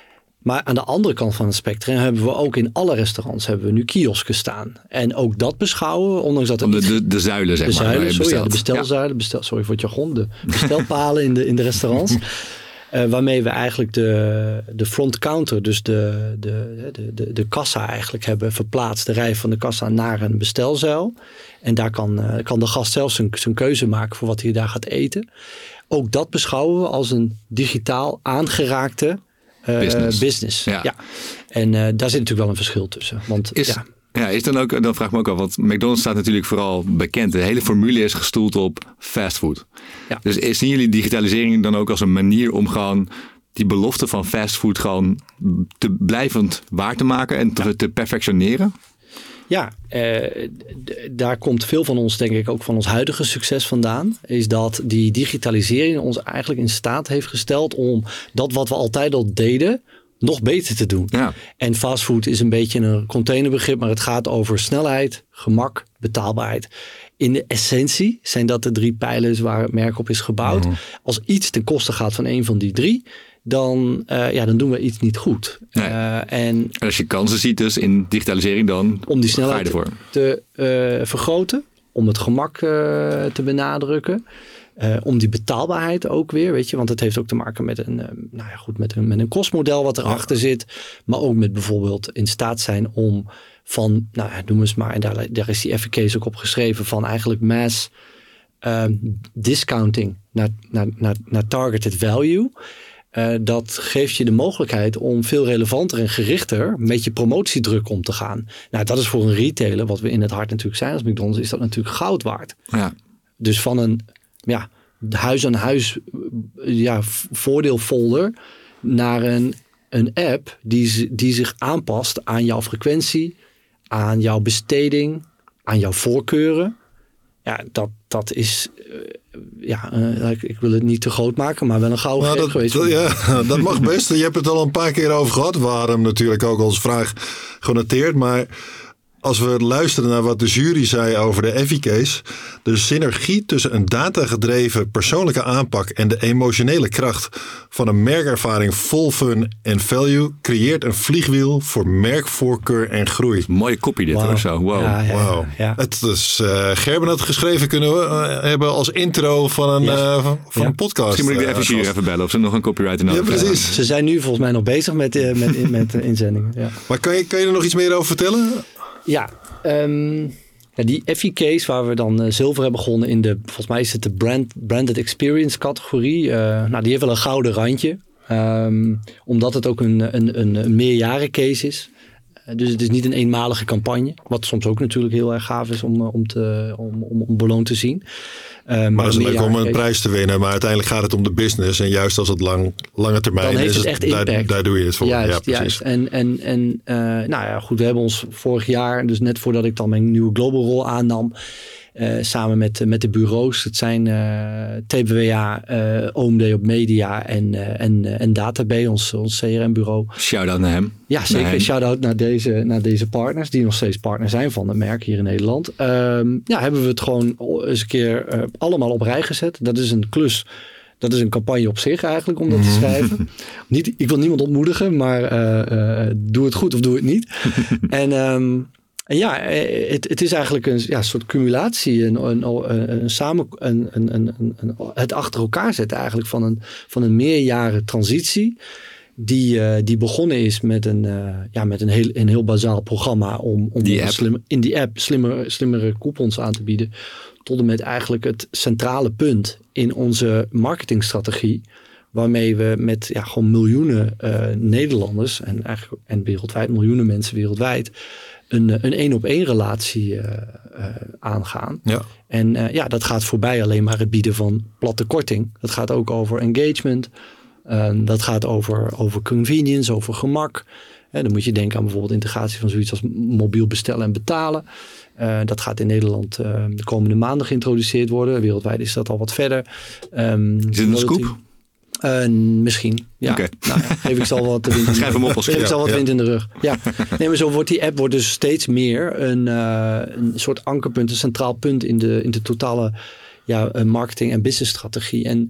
Maar aan de andere kant van het spectrum hebben we ook in alle restaurants hebben we nu kiosken staan. En ook dat beschouwen we, ondanks dat... De, de, de zuilen, zeg de maar. Zuilen, sorry, ja, de bestelzuilen. Bestel, sorry voor het jargon. De bestelpalen in de, in de restaurants. Uh, waarmee we eigenlijk de, de front counter, dus de, de, de, de, de kassa eigenlijk hebben verplaatst. De rij van de kassa naar een bestelzuil. En daar kan, uh, kan de gast zelf zijn, zijn keuze maken voor wat hij daar gaat eten. Ook dat beschouwen we als een digitaal aangeraakte uh, business. business. Ja. Ja. En uh, daar zit natuurlijk wel een verschil tussen. Want is, ja... Ja, is dan ook, dan vraag ik me ook af, want McDonald's staat natuurlijk vooral bekend. De hele formule is gestoeld op fastfood. Ja. Dus zien jullie digitalisering dan ook als een manier om gewoon die belofte van fastfood gewoon te blijvend waar te maken en te, ja. te perfectioneren? Ja, eh, d- daar komt veel van ons, denk ik, ook van ons huidige succes vandaan. Is dat die digitalisering ons eigenlijk in staat heeft gesteld om dat wat we altijd al deden, nog beter te doen. Ja. En fastfood is een beetje een containerbegrip, maar het gaat over snelheid, gemak, betaalbaarheid. In de essentie zijn dat de drie pijlers waar het merk op is gebouwd. Mm-hmm. Als iets ten koste gaat van een van die drie, dan, uh, ja, dan doen we iets niet goed. Nee. Uh, en, en als je kansen ziet dus in digitalisering, dan om die snelheid ga je ervoor. te uh, vergroten, om het gemak uh, te benadrukken. Uh, om die betaalbaarheid ook weer, weet je, want het heeft ook te maken met een, uh, nou ja, goed, met een, met een kostmodel wat erachter ja. zit, maar ook met bijvoorbeeld in staat zijn om van, nou ja, noem eens maar, en daar, daar is die efficace ook op geschreven, van eigenlijk mass uh, discounting naar, naar, naar, naar targeted value. Uh, dat geeft je de mogelijkheid om veel relevanter en gerichter met je promotiedruk om te gaan. Nou, dat is voor een retailer, wat we in het hart natuurlijk zijn als McDonald's, is dat natuurlijk goud waard. Ja. Dus van een ja, huis aan huis ja, voordeelfolder naar een, een app die, die zich aanpast aan jouw frequentie, aan jouw besteding, aan jouw voorkeuren. Ja, dat, dat is, uh, ja, uh, ik, ik wil het niet te groot maken, maar wel een gouden nou, greep geweest. Dat, ja, dat mag best. Je hebt het al een paar keer over gehad. We hadden hem natuurlijk ook als vraag genoteerd, maar als we luisteren naar wat de jury zei over de Efficace, de synergie tussen een datagedreven persoonlijke aanpak en de emotionele kracht van een merkervaring vol fun en value creëert een vliegwiel voor merkvoorkeur en groei. Mooie kopie dit wow. Hoor zo. Wow. Ja, ja, wow. Ja. Het is, uh, Gerben had geschreven kunnen we uh, hebben als intro van een, ja. uh, van ja. een podcast. Misschien moet ik de uh, jury even bellen of ze nog een copywriter nodig hebben. Ja, precies. Ze zijn nu volgens mij nog bezig met, uh, met, met uh, inzendingen. Ja. Maar kan je, kan je er nog iets meer over vertellen? Ja, um, ja, die Efficace waar we dan uh, zilver hebben gewonnen in de, volgens mij is het de brand, branded experience categorie. Uh, nou, die heeft wel een gouden randje. Um, omdat het ook een, een, een, een meerjarencase is. Uh, dus het is niet een eenmalige campagne. Wat soms ook natuurlijk heel erg gaaf is om, om, te, om, om, om beloond te zien. Um, maar het is leuk om een prijs te winnen. Maar uiteindelijk gaat het om de business. En juist als het lang, lange termijn dan is, heeft het echt impact. Daar, daar doe je het voor. Juist, ja, juist. En, en, en uh, nou ja, goed. We hebben ons vorig jaar, dus net voordat ik dan mijn nieuwe global rol aannam, Uh, samen met, met de bureaus. Het zijn uh, T B W A, uh, O M D op media en, uh, en, uh, en Database, ons, ons C R M-bureau. Shout-out naar hem. Ja, zeker. Shout-out naar deze, naar deze partners, die nog steeds partner zijn van het merk hier in Nederland. Um, ja, hebben we het gewoon eens een keer uh, allemaal op rij gezet. Dat is een klus. Dat is een campagne op zich eigenlijk om dat te schrijven. Niet, ik wil niemand ontmoedigen, maar uh, uh, doe het goed of doe het niet. en... Um, En ja, het, het is eigenlijk een ja, soort cumulatie, een, een, een, een samen, een, een, een, een, het achter elkaar zetten eigenlijk van een, van een meerjaren transitie. Die, uh, die begonnen is met een, uh, ja, met een, heel, een heel bazaal programma om, om die slim, in die app slimmere, slimmere coupons aan te bieden. Tot en met eigenlijk het centrale punt in onze marketingstrategie. Waarmee we met ja, gewoon miljoenen uh, Nederlanders en, eigenlijk, en wereldwijd, miljoenen mensen wereldwijd, een een één op één relatie uh, uh, aangaan. Ja. En uh, ja, dat gaat voorbij alleen maar het bieden van platte korting. Dat gaat ook over engagement. Uh, dat gaat over, over convenience, over gemak. Uh, dan moet je denken aan bijvoorbeeld integratie van zoiets als mobiel bestellen en betalen. Uh, dat gaat in Nederland uh, de komende maanden geïntroduceerd worden. Wereldwijd is dat al wat verder. Um, is het een scoop? Uh, misschien, ja. Okay. Nou, ja, geef ik zal wat wind in Schrijf hem op als geef ik zal wat wind in de rug. Ja. Nee, maar zo wordt die app wordt dus steeds meer een, uh, een soort ankerpunt, een centraal punt in de, in de totale ja, marketing- en businessstrategie. En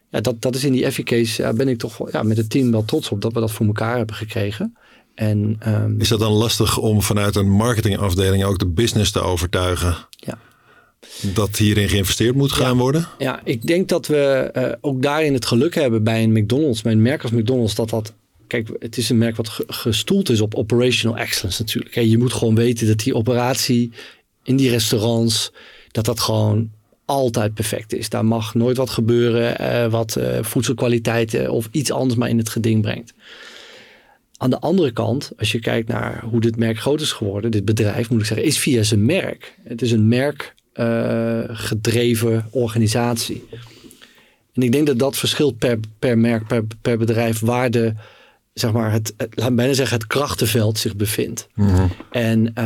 ja, dat, dat is in die Effie case, ja, ben ik toch ja, met het team wel trots op dat we dat voor elkaar hebben gekregen. En, um, is dat dan lastig om vanuit een marketingafdeling ook de business te overtuigen? Ja. Dat hierin geïnvesteerd moet gaan ja, worden? Ja, ik denk dat we uh, ook daarin het geluk hebben bij een McDonald's, bij een merk als McDonald's, dat dat, kijk, het is een merk wat gestoeld is op operational excellence natuurlijk. Hè. Je moet gewoon weten dat die operatie in die restaurants, dat dat gewoon altijd perfect is. Daar mag nooit wat gebeuren uh, wat uh, voedselkwaliteit uh, of iets anders maar in het geding brengt. Aan de andere kant, als je kijkt naar hoe dit merk groot is geworden, dit bedrijf moet ik zeggen, is via zijn merk. Het is een merk uh, gedreven organisatie. En ik denk dat dat verschilt per, per merk, per, per bedrijf, waar de, zeg maar, het, het, laat me bijna zeggen, het krachtenveld zich bevindt. Mm-hmm. En uh,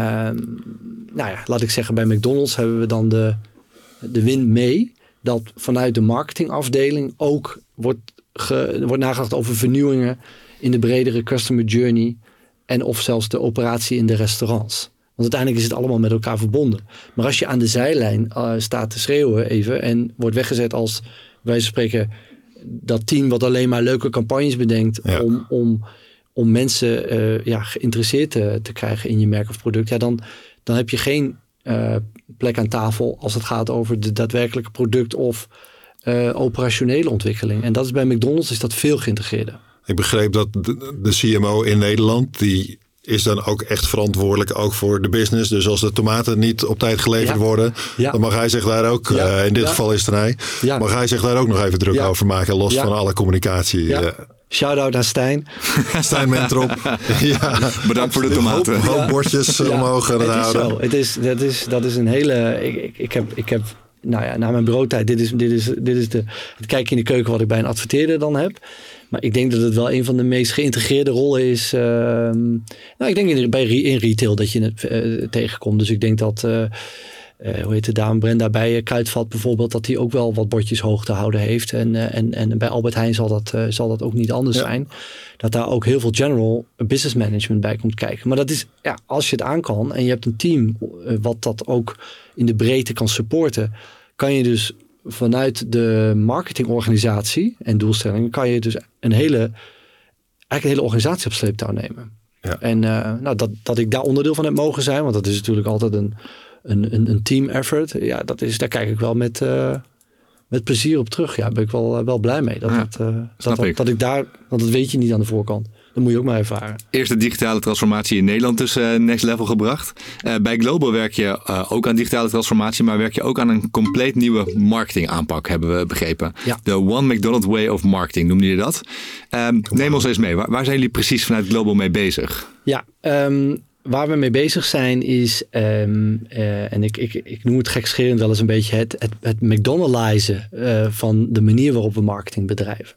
nou ja, laat ik zeggen, bij McDonald's hebben we dan de, de win mee dat vanuit de marketingafdeling ook wordt, ge, wordt nagedacht over vernieuwingen in de bredere customer journey en of zelfs de operatie in de restaurants. Want uiteindelijk is het allemaal met elkaar verbonden. Maar als je aan de zijlijn uh, staat te schreeuwen even en wordt weggezet als, wij spreken, dat team wat alleen maar leuke campagnes bedenkt ja. om, om, om mensen uh, ja, geïnteresseerd te, te krijgen in je merk of product, ja, dan, dan heb je geen uh, plek aan tafel als het gaat over de daadwerkelijke product of uh, operationele ontwikkeling. En dat is bij McDonald's is dat veel geïntegreerder. Ik begreep dat de, de C M O in Nederland, die is dan ook echt verantwoordelijk ook voor de business. Dus als de tomaten niet op tijd geleverd ja. worden, ja. dan mag hij zich daar ook, ja. uh, in dit ja. geval is het hij, ja. mag hij zich daar ook nog even druk ja. over maken, los ja. van alle communicatie. Ja. Uh, Shout-out naar Stijn. Stijn Mentrop. ja. Bedankt voor de tomaten. Hoop, hoop bordjes ja. omhoog gaan het houden. Is zo. Het is, dat, is, dat is een hele... Ik, ik, ik, heb, ik heb, nou ja, na mijn bureautijd, dit is, dit is, dit is de, het kijken in de keuken wat ik bij een adverteerder dan heb. Maar ik denk dat het wel een van de meest geïntegreerde rollen is. Uh, nou, ik denk in, bij, in retail dat je het uh, tegenkomt. Dus ik denk dat, uh, uh, hoe heet de dame Brenda bij uh, Kruidvat bijvoorbeeld, dat die ook wel wat bordjes hoog te houden heeft. En, uh, en, en bij Albert Heijn zal dat, uh, zal dat ook niet anders ja. zijn. Dat daar ook heel veel general business management bij komt kijken. Maar dat is, ja, als je het aan kan en je hebt een team uh, wat dat ook in de breedte kan supporten, kan je dus vanuit de marketingorganisatie en doelstellingen kan je dus een hele, eigenlijk een hele organisatie op sleeptouw nemen. Ja. En uh, nou, dat, dat ik daar onderdeel van heb mogen zijn, want dat is natuurlijk altijd een, een, een, een team effort. Ja, dat is, daar kijk ik wel met, uh, met plezier op terug. Ja, ben ik wel, uh, wel blij mee. Dat, ja, dat, uh, dat, dat, dat ik daar, want dat weet je niet aan de voorkant. Dat moet je ook maar ervaren. Eerste digitale transformatie in Nederland dus uh, next level gebracht. Uh, bij Global werk je uh, ook aan digitale transformatie, maar werk je ook aan een compleet nieuwe marketingaanpak, hebben we begrepen. Ja. De One McDonald's Way of Marketing noemde je dat. Um, neem ons eens mee. Waar, waar zijn jullie precies vanuit Global mee bezig? Ja, um, waar we mee bezig zijn is, um, uh, en ik, ik, ik noem het gekscherend wel eens een beetje het, het, het McDonaldizen uh, van de manier waarop we marketing bedrijven.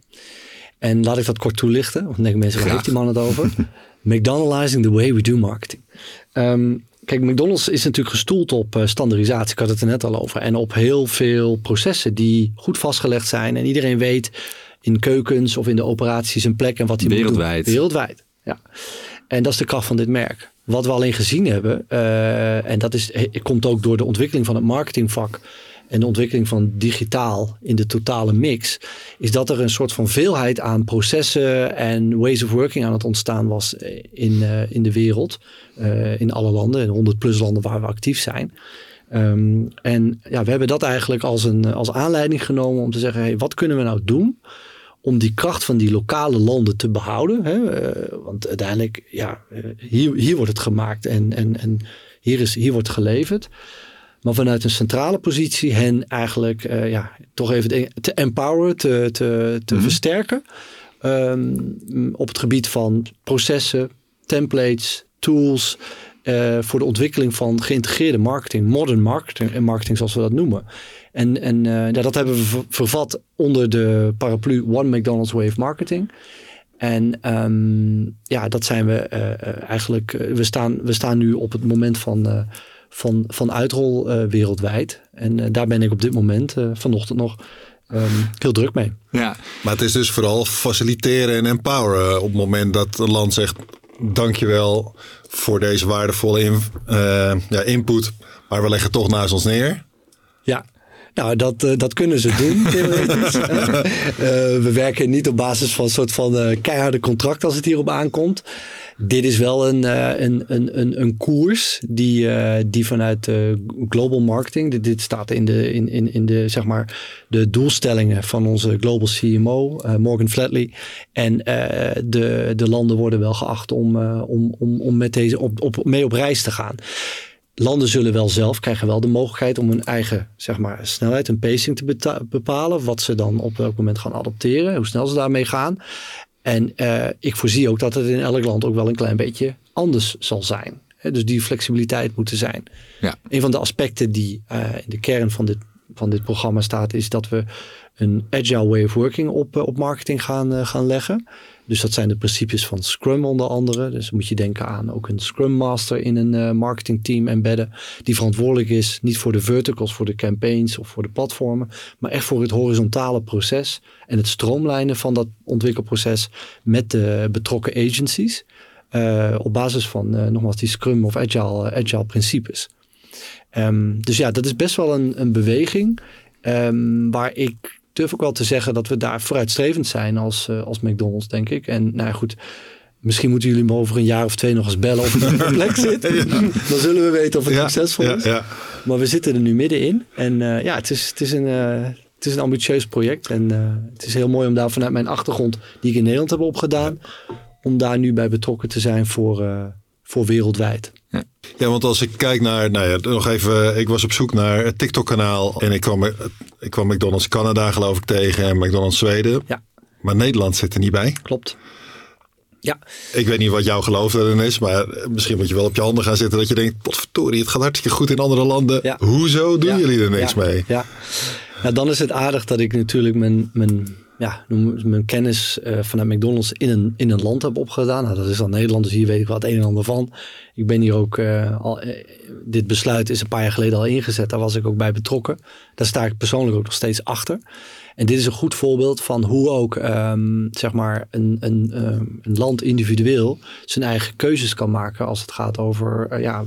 En laat ik dat kort toelichten. Want dan denken mensen, waar heeft die man het over? McDonaldizing the way we do marketing. Um, kijk, McDonald's is natuurlijk gestoeld op uh, standaardisatie. Ik had het er net al over. En op heel veel processen die goed vastgelegd zijn. En iedereen weet in keukens of in de operaties een plek en wat hij moet doen. Wereldwijd. Wereldwijd, ja. En dat is de kracht van dit merk. Wat we alleen gezien hebben, uh, en dat is, komt ook door de ontwikkeling van het marketingvak en de ontwikkeling van digitaal in de totale mix, is dat er een soort van veelheid aan processen en ways of working aan het ontstaan was in, uh, in de wereld. Uh, in alle landen, in honderd plus landen waar we actief zijn. Um, en ja, we hebben dat eigenlijk als, een, als aanleiding genomen om te zeggen, hey, wat kunnen we nou doen om die kracht van die lokale landen te behouden? Hè? Uh, want uiteindelijk, ja, uh, hier, hier wordt het gemaakt en, en, en hier, is, hier wordt geleverd. Maar vanuit een centrale positie hen eigenlijk uh, ja, toch even te empoweren, te, te, te mm-hmm. versterken. Um, op het gebied van processen, templates, tools. Uh, voor de ontwikkeling van geïntegreerde marketing. Modern marketing, marketing zoals we dat noemen. En, en uh, ja, dat hebben we vervat onder de paraplu One McDonald's Way of Marketing. En um, ja, dat zijn we uh, eigenlijk. Uh, we, staan, we staan nu op het moment van... Uh, Van, van uitrol uh, wereldwijd. En uh, daar ben ik op dit moment uh, vanochtend nog um, heel druk mee. Ja. Maar het is dus vooral faciliteren en empoweren op het moment dat een land zegt, dankjewel voor deze waardevolle in, uh, ja, input, maar we leggen toch naast ons neer. Ja, Nou, dat, uh, dat kunnen ze doen, theoretisch. uh, we werken niet op basis van een soort van uh, keiharde contract als het hierop aankomt. Dit is wel een, uh, een, een, een, een koers die, uh, die vanuit uh, global marketing, dit, dit staat in de, in, in, in de, zeg maar, de doelstellingen van onze global C M O, uh, Morgan Flatley. En uh, de, de landen worden wel geacht om, uh, om, om, om met deze op, op, mee op reis te gaan. Landen zullen wel zelf, krijgen wel de mogelijkheid om hun eigen, zeg maar, snelheid en pacing te beta- bepalen. Wat ze dan op welk moment gaan adopteren, hoe snel ze daarmee gaan. En uh, ik voorzie ook dat het in elk land ook wel een klein beetje anders zal zijn. He, dus die flexibiliteit moet er zijn. Ja. Een van de aspecten die uh, in de kern van dit, van dit programma staat, is dat we een agile way of working op, uh, op marketing gaan, uh, gaan leggen. Dus dat zijn de principes van Scrum onder andere. Dus moet je denken aan ook een Scrum Master in een uh, marketingteam embedden. Die verantwoordelijk is niet voor de verticals, voor de campaigns of voor de platformen. Maar echt voor het horizontale proces. En het stroomlijnen van dat ontwikkelproces met de betrokken agencies. Uh, op basis van uh, nogmaals die Scrum of Agile, uh, agile principes. Um, dus ja, dat is best wel een, een beweging. Um, waar ik... durf ook wel te zeggen dat we daar vooruitstrevend zijn als, uh, als McDonald's, denk ik. En nou ja, goed, misschien moeten jullie me over een jaar of twee nog eens bellen of een plek zit. Ja. Dan zullen we weten of het ja, succesvol is. Ja, ja. Maar we zitten er nu middenin. En uh, ja, het is, het, is een, uh, het is een ambitieus project. En uh, het is heel mooi om daar vanuit mijn achtergrond, die ik in Nederland heb opgedaan, om daar nu bij betrokken te zijn voor, uh, voor wereldwijd. Ja. ja, want als ik kijk naar, nou ja, nog even, ik was op zoek naar het TikTok-kanaal en ik kwam, ik kwam McDonald's Canada geloof ik tegen en McDonald's Zweden. Ja. Maar Nederland zit er niet bij. Klopt. Ja. Ik weet niet wat jouw geloof erin is, maar misschien moet je wel op je handen gaan zitten dat je denkt, potverdorie, het gaat hartstikke goed in andere landen. Ja. Hoezo doen ja. jullie er niks ja. mee? Ja. Nou, dan is het aardig dat ik natuurlijk mijn, mijn, ja, mijn kennis uh, vanuit McDonald's in een, in een land heb opgedaan. Nou, dat is dan Nederland, dus hier weet ik wel het een en ander van. Ik ben hier ook, uh, al, uh, dit besluit is een paar jaar geleden al ingezet. Daar was ik ook bij betrokken. Daar sta ik persoonlijk ook nog steeds achter. En dit is een goed voorbeeld van hoe ook um, zeg maar een, een, um, een land individueel zijn eigen keuzes kan maken als het gaat over uh, ja,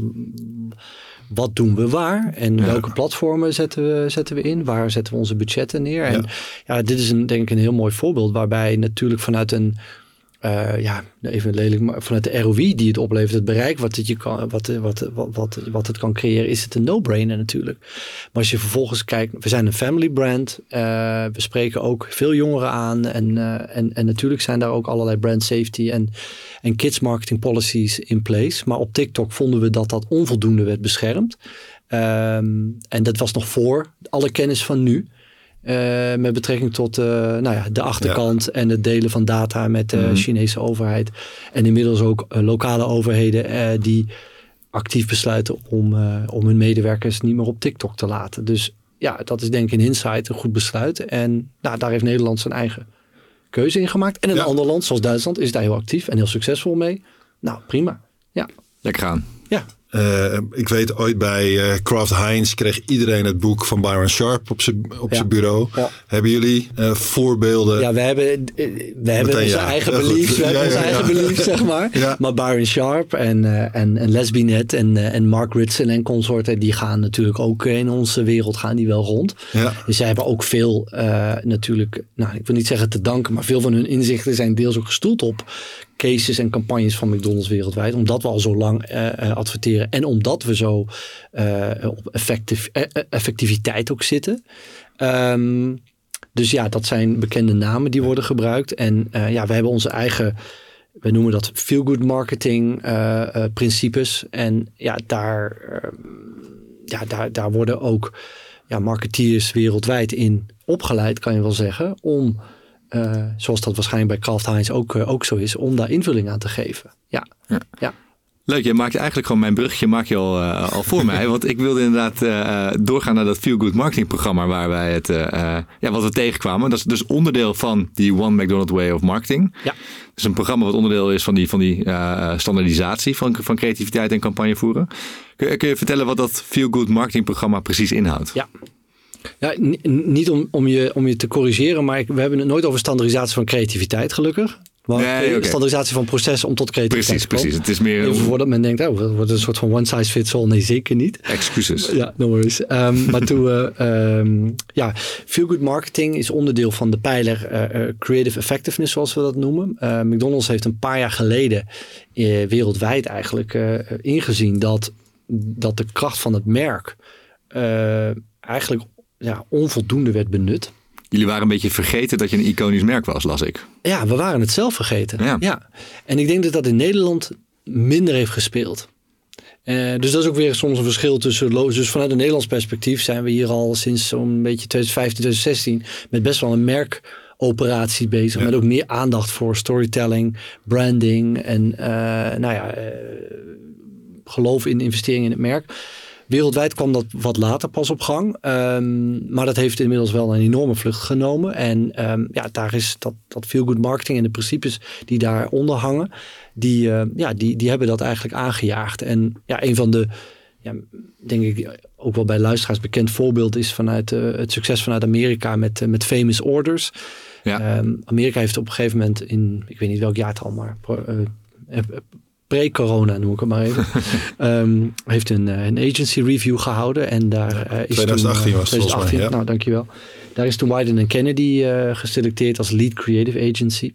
wat doen we waar en ja. welke platformen zetten we, zetten we in, waar zetten we onze budgetten neer. En ja, ja dit is een, denk ik een heel mooi voorbeeld waarbij natuurlijk vanuit een Uh, ja, even lelijk, maar vanuit de R O I die het oplevert, het bereik wat het, je kan, wat, wat, wat, wat, wat het kan creëren, is het een no-brainer natuurlijk. Maar als je vervolgens kijkt, we zijn een family brand, uh, we spreken ook veel jongeren aan en, uh, en, en natuurlijk zijn daar ook allerlei brand safety en, en kids marketing policies in place. Maar op TikTok vonden we dat dat onvoldoende werd beschermd. Um, en dat was nog voor alle kennis van nu. Uh, met betrekking tot uh, nou ja, de achterkant ja. en het delen van data met de mm-hmm. Chinese overheid. En inmiddels ook uh, lokale overheden uh, die actief besluiten om, uh, om hun medewerkers niet meer op TikTok te laten. Dus ja, dat is denk ik in hindsight een goed besluit. En nou, daar heeft Nederland zijn eigen keuze in gemaakt. En in ja. een ander land, zoals Duitsland, is daar heel actief en heel succesvol mee. Nou, prima. Ja. Lekker gaan. Ja. Uh, ik weet ooit bij uh, Kraft Heinz kreeg iedereen het boek van Byron Sharp op zijn op ja. bureau. Ja. Hebben jullie uh, voorbeelden? Ja, we hebben, we hebben onze ja. eigen beliefs. We hebben ja, onze ja, eigen ja. beliefs, zeg maar. Ja. Maar Byron Sharp en, uh, en, en Les Binet en, uh, en Mark Ritson en consorten, die gaan natuurlijk ook in onze wereld gaan die wel rond. Ja. Dus zij hebben ook veel uh, natuurlijk, nou ik wil niet zeggen te danken, maar veel van hun inzichten zijn deels ook gestoeld op cases en campagnes van McDonald's wereldwijd. Omdat we al zo lang uh, adverteren. En omdat we zo uh, op effectief, uh, effectiviteit ook zitten. Um, dus ja, dat zijn bekende namen die worden gebruikt. En uh, ja, we hebben onze eigen, we noemen dat feel-good marketing uh, uh, principes. En ja, daar, uh, ja daar, daar worden ook ja, marketeers wereldwijd in opgeleid, kan je wel zeggen, om Uh, zoals dat waarschijnlijk bij Kraft Heinz ook, uh, ook zo is, om daar invulling aan te geven. Ja, ja. ja. Leuk, je maakt eigenlijk gewoon mijn bruggetje maak je al, uh, al voor mij. Want ik wilde inderdaad uh, doorgaan naar dat Feel Good Marketing programma waar wij het, uh, ja, wat we tegenkwamen. Dat is dus onderdeel van die One McDonald's Way of Marketing. Ja. Dat is een programma wat onderdeel is van die, van die uh, standaardisatie van, van creativiteit en campagne voeren. Kun, kun je vertellen wat dat Feel Good Marketing programma precies inhoudt? Ja. Ja, n- niet om, om, je, om je te corrigeren, maar ik, we hebben het nooit over standaardisatie van creativiteit, gelukkig. Maar nee, okay. standaardisatie van processen om tot creativiteit precies, precies. Het is meer... Even voordat men denkt, oh, het wordt een soort van one size fits all. Nee, zeker niet. Excuses. Ja, no worries. Um, maar toen, uh, um, ja, Feel Good Marketing is onderdeel van de pijler uh, uh, Creative Effectiveness, zoals we dat noemen. Uh, McDonald's heeft een paar jaar geleden uh, wereldwijd eigenlijk uh, ingezien dat, dat de kracht van het merk uh, eigenlijk ja, onvoldoende werd benut. Jullie waren een beetje vergeten dat je een iconisch merk was, las ik. Ja, we waren het zelf vergeten. Ja. Ja. En ik denk dat dat in Nederland minder heeft gespeeld. Uh, dus dat is ook weer soms een verschil tussen... Dus vanuit een Nederlands perspectief zijn we hier al sinds zo'n beetje twintig vijftien, twintig zestien... met best wel een merkoperatie bezig. Ja. Met ook meer aandacht voor storytelling, branding en uh, nou ja, uh, geloof in investeringen in het merk. Wereldwijd kwam dat wat later pas op gang. Um, maar dat heeft inmiddels wel een enorme vlucht genomen. En um, ja, daar is dat, dat feel good marketing en de principes die daaronder hangen, die, uh, ja, die, die hebben dat eigenlijk aangejaagd. En ja, een van de, ja, denk ik, ook wel bij luisteraars bekend voorbeeld is vanuit uh, het succes vanuit Amerika met, uh, met Famous Orders. Ja. Um, Amerika heeft op een gegeven moment in, ik weet niet welk jaartal, maar uh, uh, pre-corona noem ik het maar even, um, heeft een, een agency review gehouden. En daar uh, is twintig achttien toen, uh, was het volgens mij, ja. Nou, dankjewel. Daar is toen Wieden en Kennedy uh, geselecteerd als lead creative agency.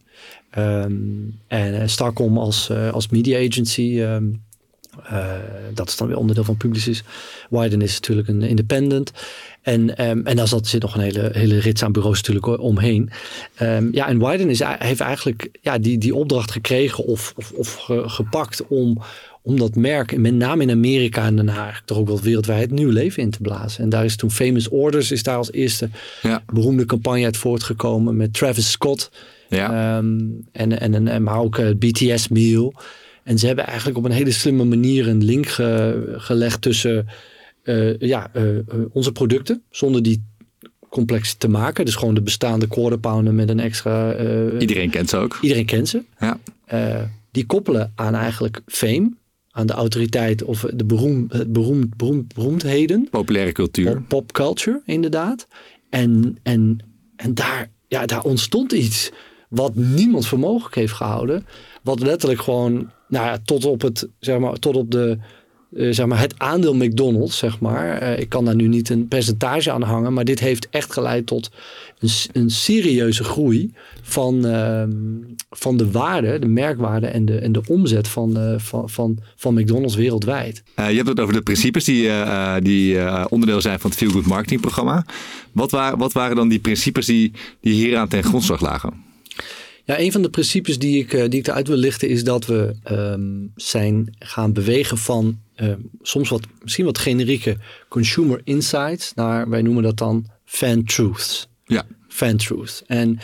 Um, en uh, Starcom als, uh, als media agency. Um, uh, dat is dan weer onderdeel van Publicis. Wieden is natuurlijk een independent. En, um, en daar zat, zit nog een hele, hele rits aan bureaus natuurlijk omheen. Um, ja, en Wieden is, heeft eigenlijk ja, die, die opdracht gekregen of, of, of ge, gepakt om, om dat merk, met name in Amerika en daarna toch ook wel wereldwijd, nieuw leven in te blazen. En daar is toen Famous Orders is daar als eerste ja. beroemde campagne uit voortgekomen met Travis Scott. Ja. Um, en, en, en, maar ook uh, B T S Meal. En ze hebben eigenlijk op een hele slimme manier een link ge, gelegd tussen uh, ja, uh, uh, onze producten, zonder die complex te maken. Dus gewoon de bestaande quarter pounder met een extra... Uh, iedereen kent ze ook. Iedereen kent ze. Ja. Uh, die koppelen aan eigenlijk fame, aan de autoriteit of de beroem, beroemd, beroemd, beroemdheden. Populaire cultuur. Pop, pop culture, inderdaad. En, en, en daar, ja, daar ontstond iets wat niemand voor mogelijk heeft gehouden. Wat letterlijk gewoon, nou ja, tot op het, zeg maar, tot op de, uh, zeg maar, het aandeel McDonald's, zeg maar. Uh, ik kan daar nu niet een percentage aan hangen, maar dit heeft echt geleid tot een, een serieuze groei van, uh, van de waarde, de merkwaarde en de, en de omzet van, uh, van, van, van McDonald's wereldwijd. Uh, je hebt het over de principes die, uh, die uh, onderdeel zijn van het Feel Good Marketing programma. Wat, wa- wat waren dan die principes die, die hieraan ten grondslag lagen? Ja, een van de principes die ik, die ik eruit wil lichten is dat we um, zijn gaan bewegen van uh, soms wat, misschien wat generieke consumer insights naar, wij noemen dat dan fan truths. Ja. Fan truths. En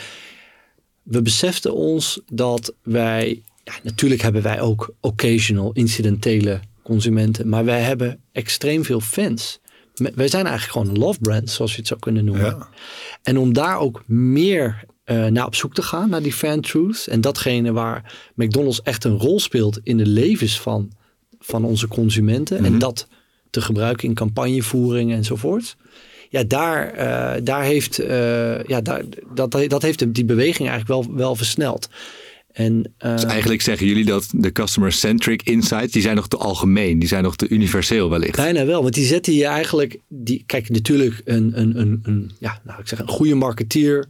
we beseften ons dat wij, ja, natuurlijk hebben wij ook occasional, incidentele consumenten, maar wij hebben extreem veel fans. Wij zijn eigenlijk gewoon een love brand, zoals je het zou kunnen noemen. Ja. En om daar ook meer Uh, naar op zoek te gaan, naar die fan truths. En datgene waar McDonald's echt een rol speelt in de levens van, van onze consumenten. Mm-hmm. En dat te gebruiken in campagnevoering enzovoort. Ja, daar, uh, daar heeft, uh, ja, daar, dat, dat heeft die beweging eigenlijk wel, wel versneld. En, uh, dus eigenlijk zeggen jullie dat de customer-centric insights, die zijn nog te algemeen, die zijn nog te universeel wellicht. Bijna wel, want die zetten je eigenlijk, die, kijk natuurlijk een, een, een, een, ja, nou, ik zeg een goede marketeer,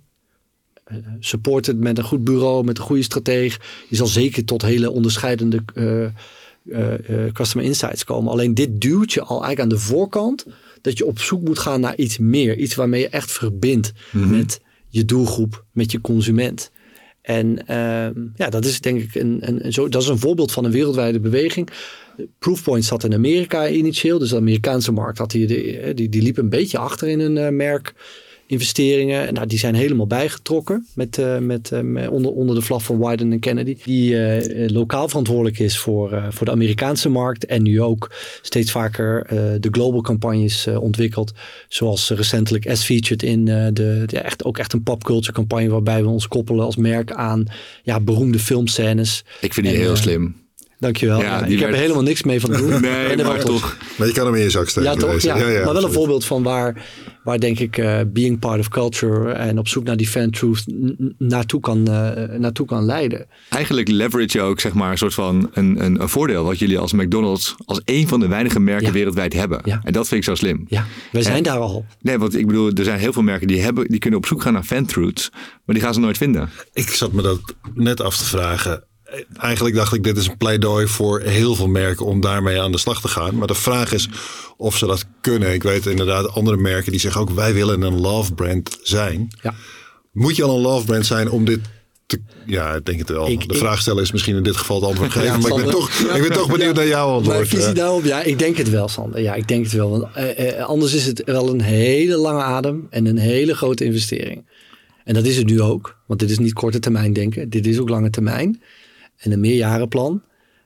supported met een goed bureau, met een goede strateeg. Je zal zeker tot hele onderscheidende uh, uh, uh, customer insights komen. Alleen dit duwt je al eigenlijk aan de voorkant dat je op zoek moet gaan naar iets meer. Iets waarmee je echt verbindt mm-hmm. met je doelgroep, met je consument. En uh, ja, dat is denk ik een, een, een, zo, dat is een voorbeeld van een wereldwijde beweging. Proofpoint zat in Amerika initieel. Dus de Amerikaanse markt had die, die, die, die liep een beetje achter in een uh, merk. Investeringen, nou, die zijn helemaal bijgetrokken met, uh, met, uh, met onder, onder de vlag van Wieden en Kennedy. Die uh, lokaal verantwoordelijk is voor, uh, voor de Amerikaanse markt. En nu ook steeds vaker uh, de global campagnes uh, ontwikkelt. Zoals uh, recentelijk as featured in uh, de, de echt, ook echt een popculture campagne. Waarbij we ons koppelen als merk aan ja, beroemde filmscènes. Ik vind die en, heel uh, slim. Dankjewel. Ja, Ja, die ik heb werd- er helemaal niks mee van doen. Nee, En er maar was- toch. Maar je kan hem in je zak steken. Ja, toch? deze. Ja. Ja, ja, maar wel een absoluut. voorbeeld van waar, waar denk ik uh, being part of culture en op zoek naar die fan truth n- naartoe kan, uh, naartoe kan leiden. Eigenlijk leverage je ook zeg maar een soort van een, een, een voordeel wat jullie als McDonald's als een van de weinige merken Ja. wereldwijd hebben. Ja. En dat vind ik zo slim. Ja, wij zijn En- daar al. Nee, want ik bedoel, er zijn heel veel merken die, hebben, die kunnen op zoek gaan naar fan truths, maar die gaan ze nooit vinden. Ik zat me dat net af te vragen. Eigenlijk dacht ik, dit is een pleidooi voor heel veel merken om daarmee aan de slag te gaan. Maar de vraag is of ze dat kunnen. Ik weet inderdaad andere merken die zeggen ook, wij willen een love brand zijn. Ja. Moet je al een love brand zijn om dit te... Ja, ik denk het wel. Ik- de ik- vraag stellen is misschien in dit geval het antwoord geven. Ja, maar ik ben, Sander. toch, ik ben toch benieuwd naar jouw Mijn antwoord. visie Eh, daarop, ja, ik denk het wel, Sander. Ja, ik denk het wel. Want uh, uh, anders is het wel een hele lange adem en een hele grote investering. En dat is het nu ook. Want dit is niet korte termijn denken. Dit is ook lange termijn. En een meerjarenplan.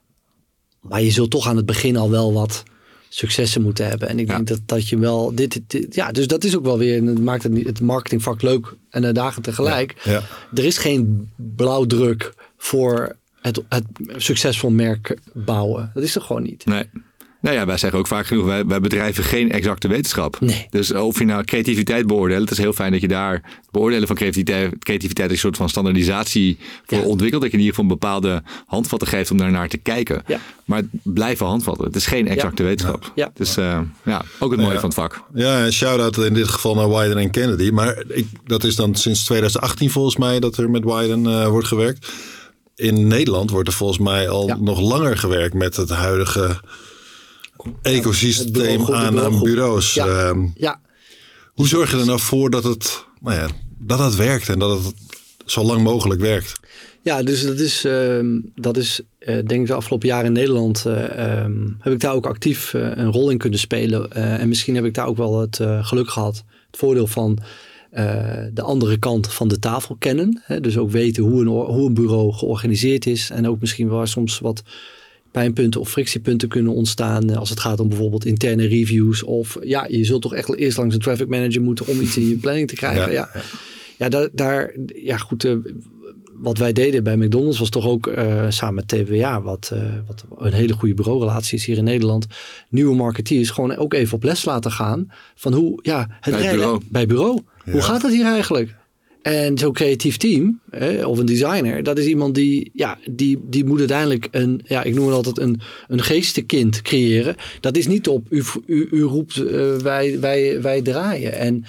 Maar je zult toch aan het begin al wel wat successen moeten hebben. En ik Ja. denk dat, dat je wel... Dit, dit, ja, dus dat is ook wel weer... en het maakt het, niet- het marketingvak leuk en uitdagend tegelijk. ja. Er is geen blauwdruk voor het, het succesvol merk bouwen. Dat is er gewoon niet. Nee. Nou ja, wij zeggen ook vaak genoeg, wij, wij bedrijven geen exacte wetenschap. Nee. Dus of je nou creativiteit beoordeelt, het is heel fijn dat je daar het beoordelen van creativiteit, creativiteit is een soort van standaardisatie voor Ja. ontwikkelt. Dat je in ieder geval een bepaalde handvatten geeft om daar naar te kijken. Ja. Maar het blijven handvatten. Het is geen exacte wetenschap. Ja. Dus uh, ja, ook het mooie Ja. van het vak. Ja, en shout-out in dit geval naar Wyden en Kennedy. Maar ik, dat is dan sinds twintig achttien volgens mij dat er met Wyden uh, wordt gewerkt. In Nederland wordt er volgens mij al Ja. nog langer gewerkt met het huidige ecosysteem het bureaugroep, aan, de aan bureaugroep. bureaus. Ja. Ehm, Ja, hoe zorg je er nou voor dat het, nou ja, dat het werkt en dat het zo lang mogelijk werkt? ja dus dat is, uh, dat is uh, denk ik de afgelopen jaren in Nederland... Uh, um, heb ik daar ook actief uh, een rol in kunnen spelen. Uh, en misschien heb ik daar ook wel het uh, geluk gehad. Het voordeel van uh, de andere kant van de tafel kennen. Hè? Dus ook weten hoe een, hoe een bureau georganiseerd is. En ook misschien waar soms wat pijnpunten of frictiepunten kunnen ontstaan als het gaat om bijvoorbeeld interne reviews. Of ja, je zult toch echt eerst langs een traffic manager moeten om iets in je planning te krijgen. Ja, ja. ja daar, daar, ja goed, uh, wat wij deden bij McDonald's was toch ook uh, samen met T W A, wat, uh, wat een hele goede bureaurelatie is hier in Nederland, nieuwe marketeers gewoon ook even op les laten gaan van hoe, ja, het bij rijden, bureau. Bij bureau. Ja. Hoe gaat het hier eigenlijk? En zo'n creatief team, hè, of een designer, dat is iemand die, ja, die, die moet uiteindelijk een, ja, ik noem het altijd een, een geestenkind creëren. Dat is niet op, u, u, u roept, uh, wij, wij, wij draaien. En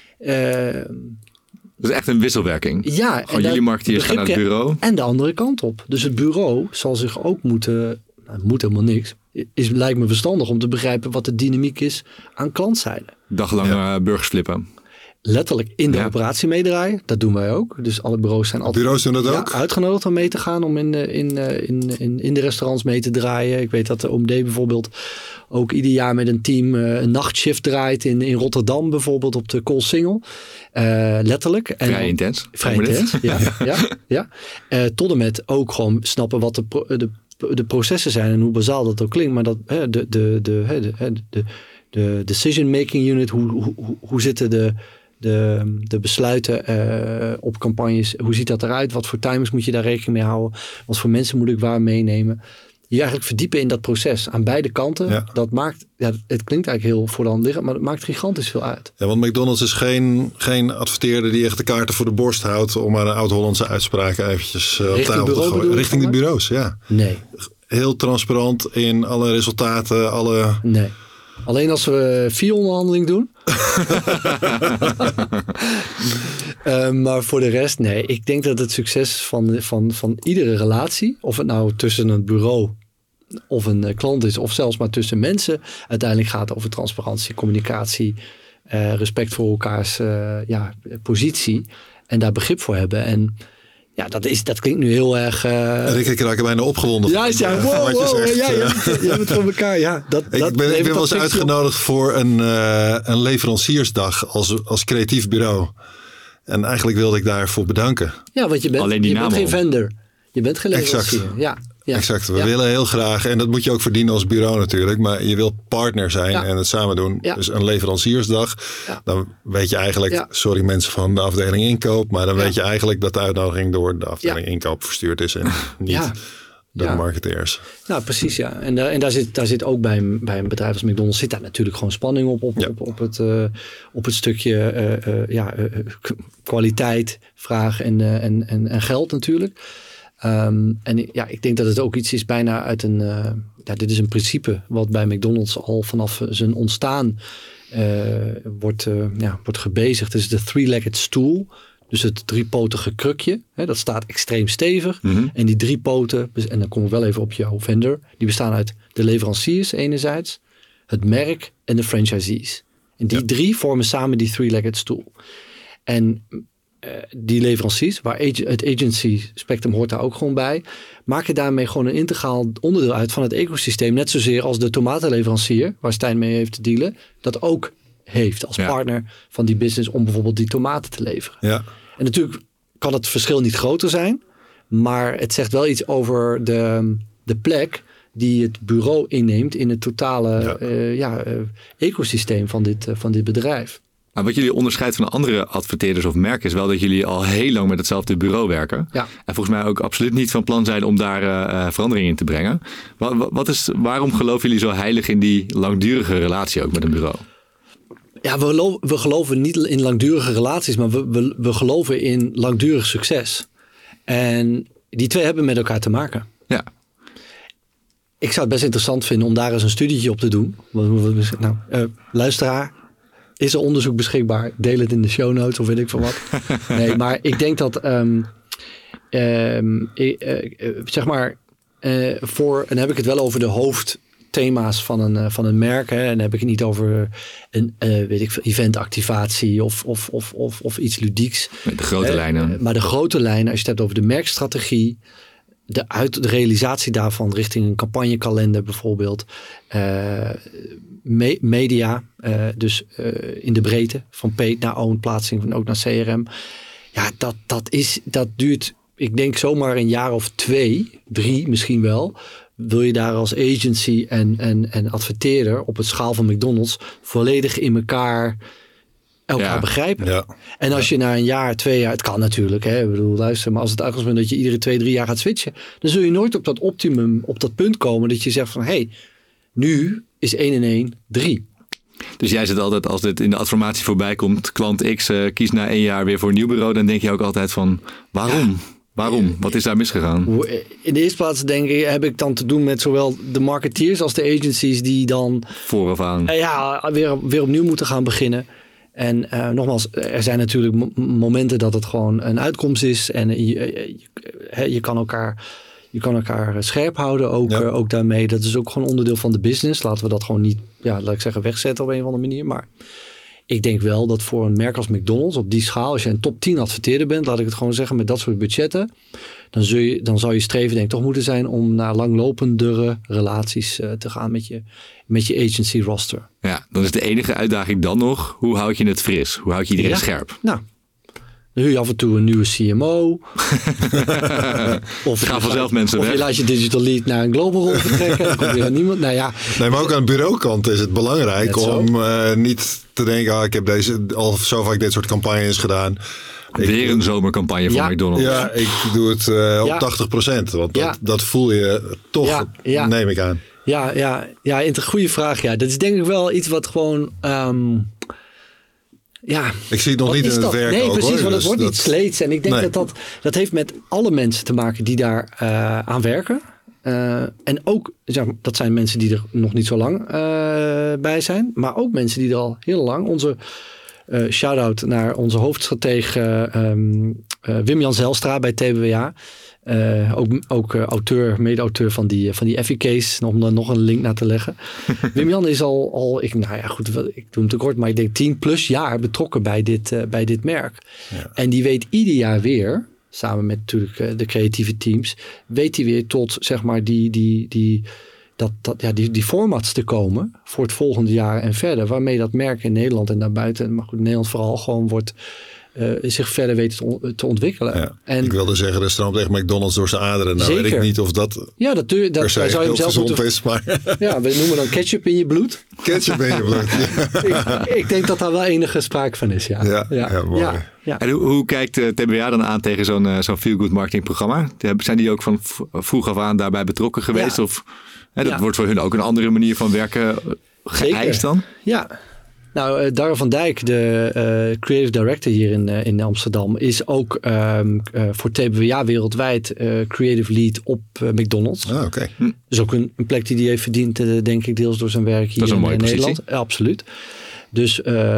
uh, Dat is echt een wisselwerking. ja, Gewoon jullie marketeers gaan naar het bureau. En de andere kant op. Dus het bureau zal zich ook moeten, nou, moet helemaal niks. Is, lijkt me verstandig om te begrijpen wat de dynamiek is aan klantzijde. Daglang Ja. uh, burgers flippen. Letterlijk in de Ja. operatie meedraaien. Dat doen wij ook. Dus alle bureaus zijn altijd Bureaus doen dat ja, ook? uitgenodigd om mee te gaan. Om in, in, in, in, in de restaurants mee te draaien. Ik weet dat de O M D bijvoorbeeld ook ieder jaar met een team uh, een nachtshift draait. In, in Rotterdam bijvoorbeeld op de Koolsingel. Uh, letterlijk. En Vrij dan- intens. Vrij Noem maar dit. intens, ja. ja, ja. Uh, tot en met ook gewoon snappen wat de, pro- de, de processen zijn. En hoe bazaal dat ook klinkt. Maar dat hè, de, de, de, de, de, de, de decision making unit. Hoe, hoe, hoe, hoe zitten de... De, de besluiten uh, op campagnes, hoe ziet dat eruit? Wat voor timers moet je daar rekening mee houden? Wat voor mensen moet ik waar meenemen? Je eigenlijk verdiepen in dat proces aan beide kanten. Ja. Dat maakt, ja, het klinkt eigenlijk heel voor de hand liggend, maar het maakt gigantisch veel uit. Ja, want McDonald's is geen, geen adverteerder die echt de kaarten voor de borst houdt om maar een oud-Hollandse uitspraak eventjes uh, op Richting tafel te bureau gooien. bedoel je, Richting de Sander? bureaus, ja. Nee, Heel transparant in alle resultaten, alle... nee. Alleen als we vier onderhandeling doen. uh, maar voor de rest, nee. Ik denk dat het succes van, van, van iedere relatie, of het nou tussen een bureau of een uh, klant is, of zelfs maar tussen mensen, uiteindelijk gaat over transparantie, communicatie, uh, respect voor elkaars uh, ja, positie en daar begrip voor hebben. En ja, dat, is, dat klinkt nu heel erg... Uh... Rick, ik raak er bijna opgewonden Ja, ja, van, wow, van wat je wow, zegt. ja, je hebt, je hebt het van elkaar. Ja, dat, Ik dat ben, ik levert ben wel eens dan frictie op. uitgenodigd voor een, uh, een leveranciersdag als, als creatief bureau. En eigenlijk wilde ik daarvoor bedanken. Ja, want je bent, Alleen die je bent naam geen al. vendor. Je bent geen Exact. leverancier. Ja, ja. Exact, we ja. willen heel graag, en dat moet je ook verdienen als bureau natuurlijk, maar je wil partner zijn Ja. en het samen doen. Ja. Dus een leveranciersdag, Ja. dan weet je eigenlijk, Ja. sorry mensen van de afdeling inkoop, maar dan Ja. weet je eigenlijk dat de uitnodiging door de afdeling Ja. inkoop verstuurd is en niet Ja. de ja. marketeers. Nou, precies, ja. En, uh, en daar, zit, daar zit ook bij een, bij een bedrijf als McDonald's zit daar natuurlijk gewoon spanning op. Op, ja. op, op, het, uh, op het stukje uh, uh, ja, uh, kwaliteit, vraag en, uh, en, en, en geld natuurlijk. Um, en ja, ik denk dat het ook iets is bijna uit een... Uh, ja, dit is een principe wat bij McDonald's al vanaf zijn ontstaan uh, wordt, uh, ja, wordt gebezigd. Het is de three-legged stool. Dus het driepotige krukje, hè, dat staat extreem stevig. Mm-hmm. En die drie poten, en dan kom ik wel even op jouw vendor, die bestaan uit de leveranciers enerzijds, het merk en de franchisees. En die ja. drie vormen samen die three-legged stool. En uh, die leveranciers, waar ag- het agency spectrum hoort daar ook gewoon bij, maken daarmee gewoon een integraal onderdeel uit van het ecosysteem. Net zozeer als de tomatenleverancier, waar Stijn mee heeft te dealen, dat ook heeft als ja. partner van die business om bijvoorbeeld die tomaten te leveren. Ja. En natuurlijk kan het verschil niet groter zijn, maar het zegt wel iets over de, de plek die het bureau inneemt in het totale ja. Uh, ja, uh, ecosysteem van dit, uh, van dit bedrijf. Maar wat jullie onderscheidt van andere adverteerders of merken is wel dat jullie al heel lang met hetzelfde bureau werken. Ja. En volgens mij ook absoluut niet van plan zijn om daar uh, verandering in te brengen. Wat, wat is, waarom geloven jullie zo heilig in die langdurige relatie ook met een bureau? Ja, we, lo- we geloven niet in langdurige relaties, maar we, we, we geloven in langdurig succes. En die twee hebben met elkaar te maken. Ja. Ik zou het best interessant vinden om daar eens een studietje op te doen. Nou, uh, luisteraar, is er onderzoek beschikbaar? Deel het in de show notes of weet ik veel wat. Nee, maar ik denk dat, um, um, uh, uh, zeg maar, uh, voor, en dan heb ik het wel over de hoofd. Thema's van een, uh, van een merk. Hè. En dan heb ik het niet over een uh, weet ik veel, eventactivatie of, of, of, of, of iets ludieks. De grote uh, lijnen. Maar de grote lijnen, als je het hebt over de merkstrategie, de, uit, de realisatie daarvan richting een campagnekalender bijvoorbeeld. Uh, me, media, uh, dus uh, in de breedte, van paid naar own, plaatsing van ook naar C R M. Ja, dat, dat, is, dat duurt, ik denk zomaar een jaar of twee, drie misschien wel. Wil je daar als agency en, en, en adverteerder op het schaal van McDonald's volledig in elkaar elkaar ja. begrijpen. Ja. En als je na een jaar, twee jaar, het kan natuurlijk, hè, ik bedoel, luister, maar als het uitgangspunt dat je iedere twee, drie jaar gaat switchen, dan zul je nooit op dat optimum, op dat punt komen dat je zegt van, hé, hey, nu is één en één drie. Dus jij zit altijd, als dit in de adformatie voorbij komt, klant X uh, kiest na één jaar weer voor een nieuw bureau, dan denk je ook altijd van, waarom? Ja. Waarom? Wat is daar misgegaan? In de eerste plaats denk ik, heb ik dan te doen met zowel de marketeers als de agencies die dan vooraf aan uh, ja, weer, weer opnieuw moeten gaan beginnen. En uh, nogmaals, er zijn natuurlijk m- momenten dat het gewoon een uitkomst is. En je, je, je, je, kan, elkaar, je kan elkaar scherp houden ook, ja. uh, ook daarmee. Dat is ook gewoon onderdeel van de business. Laten we dat gewoon niet, ja, laat ik zeggen, wegzetten op een of andere manier. Maar ik denk wel dat voor een merk als McDonald's op die schaal, als je een top tien adverteerder bent, laat ik het gewoon zeggen, met dat soort budgetten, dan, zul je, dan zou je streven denk ik toch moeten zijn om naar langlopendere relaties uh, te gaan met je, met je agency roster. Ja, dan is de enige uitdaging dan nog, hoe houd je het fris? Hoe houd je iedereen ja. scherp? Nou, dan huur je af en toe een nieuwe C M O. of ga vanzelf mensen of weg. Of je laat je digital lead naar een global rol vertrekken. Dan komt weer niemand. Nou ja. Nee, maar ook aan de bureaukant is het belangrijk om uh, niet te denken, ah, ik heb deze al zo vaak dit soort campagnes gedaan. Weer een zomercampagne van ja. McDonald's. Ja, ik doe het uh, op ja. tachtig procent. Want dat, ja. dat voel je toch, ja. Ja. neem ik aan. Ja, ja, ja, een goede vraag. Ja. Dat is denk ik wel iets wat gewoon... Um, ja. Ik zie het nog niet in het dat? werk. Nee, ook, precies, hoor. want het dus wordt dat... niet sleets. En ik denk nee. dat, dat dat heeft met alle mensen te maken die daar uh, aan werken. Uh, en ook, zeg maar, dat zijn mensen die er nog niet zo lang uh, bij zijn. Maar ook mensen die er al heel lang... Onze uh, shout-out naar onze hoofdstratege uh, um, uh, Wim-Jan Zijlstra bij T B W A. Uh, ook ook uh, auteur, mede-auteur van die, van die Effie Case, om er nog een link naar te leggen. Wim-Jan is al, al ik, nou ja, goed, ik doe hem tekort, maar ik denk tien plus jaar betrokken bij dit, uh, bij dit merk. Ja. En die weet ieder jaar weer, samen met natuurlijk uh, de creatieve teams, weet hij weer tot, zeg maar, die, die, die, dat, dat, ja, die, die formats te komen voor het volgende jaar en verder, waarmee dat merk in Nederland en daarbuiten, maar goed, in Nederland vooral gewoon wordt uh, zich verder weten te, on- te ontwikkelen. Ja, en, ik wilde zeggen, er stroomt echt McDonald's door zijn aderen. Nou zeker. weet ik niet of dat, ja, dat, dat, per se daar zou je heel hem zelf gezond moeten... is. Maar Ja, we noemen dan ketchup in je bloed. ketchup in je bloed. Ja. ik, ik denk dat daar wel enige sprake van is, ja. Ja, ja, ja, mooi. ja, ja. En hoe, hoe kijkt uh, T B A dan aan tegen zo'n, uh, zo'n feel-good marketing programma? Zijn die ook van v- vroeg af aan daarbij betrokken geweest? Ja. Of hè, dat Ja. wordt voor hun ook een andere manier van werken geëist dan? Ja. Nou, uh, Darren van Dijk, de uh, creative director hier in, uh, in Amsterdam, is ook um, uh, voor T B W A wereldwijd uh, creative lead op uh, McDonald's. Ah, oké. Okay. Hm. Dus ook een, een plek die hij heeft verdiend, uh, denk ik, deels door zijn werk hier in, in Nederland. Ja, absoluut. Dus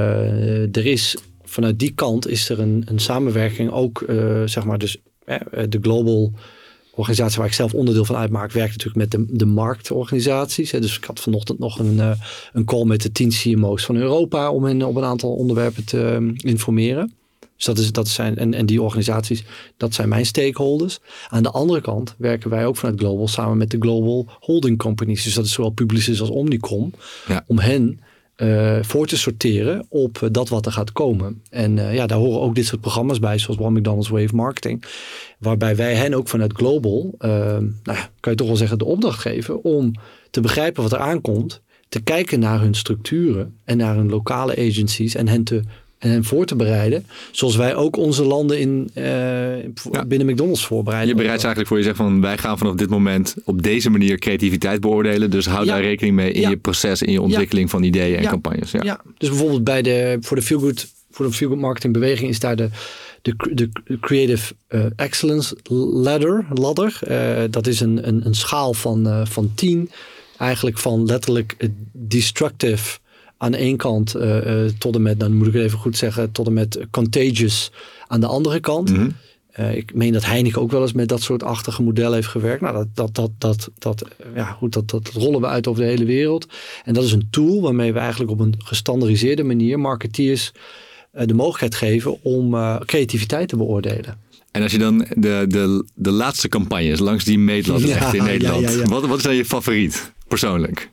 uh, er is vanuit die kant is er een, een samenwerking ook, uh, zeg maar, dus uh, de global organisatie waar ik zelf onderdeel van uitmaak, werkt natuurlijk met de, de marktorganisaties. Hè. Dus ik had vanochtend nog een, uh, een call met de tien C M O's van Europa om hen op een aantal onderwerpen te um, informeren. Dus dat is, dat zijn, en, en die organisaties, dat zijn mijn stakeholders. Aan de andere kant werken wij ook vanuit Global samen met de Global Holding Companies. Dus dat is zowel Publicis als Omnicom. Ja. Om hen uh, voor te sorteren op uh, dat wat er gaat komen. En uh, ja, daar horen ook dit soort programma's bij, zoals One McDonald's Way of Marketing. Waarbij wij hen ook vanuit Global, uh, nou ja, kan je toch wel zeggen, de opdracht geven om te begrijpen wat er aankomt. Te kijken naar hun structuren en naar hun lokale agencies en hen te En hen voor te bereiden. Zoals wij ook onze landen in, uh, ja. binnen McDonald's voorbereiden. Je bereidt eigenlijk voor je zegt van wij gaan vanaf dit moment op deze manier creativiteit beoordelen. Dus hou ja. daar rekening mee in ja. je proces, in je ontwikkeling ja. van ideeën en ja. campagnes. Ja. ja, dus bijvoorbeeld bij de, voor de Feel Good, voor de Feel Good Marketing beweging is daar de, de, de Creative uh, Excellence Ladder. ladder. Uh, dat is een, een, een schaal van, uh, van tien. Eigenlijk van letterlijk uh, destructive aan één kant uh, uh, tot en met, dan moet ik het even goed zeggen, tot en met contagious aan de andere kant. Mm-hmm. Uh, ik meen dat Heineken ook wel eens met dat soort achtige modellen heeft gewerkt. Nou, dat, dat, dat, dat, dat, ja, goed, dat, dat rollen we uit over de hele wereld. En dat is een tool waarmee we eigenlijk op een gestandardiseerde manier marketeers uh, de mogelijkheid geven om uh, creativiteit te beoordelen. En als je dan de, de, de laatste campagnes langs die meetlat ja, legt in Nederland, ja, ja, ja. Wat, wat is dan je favoriet persoonlijk?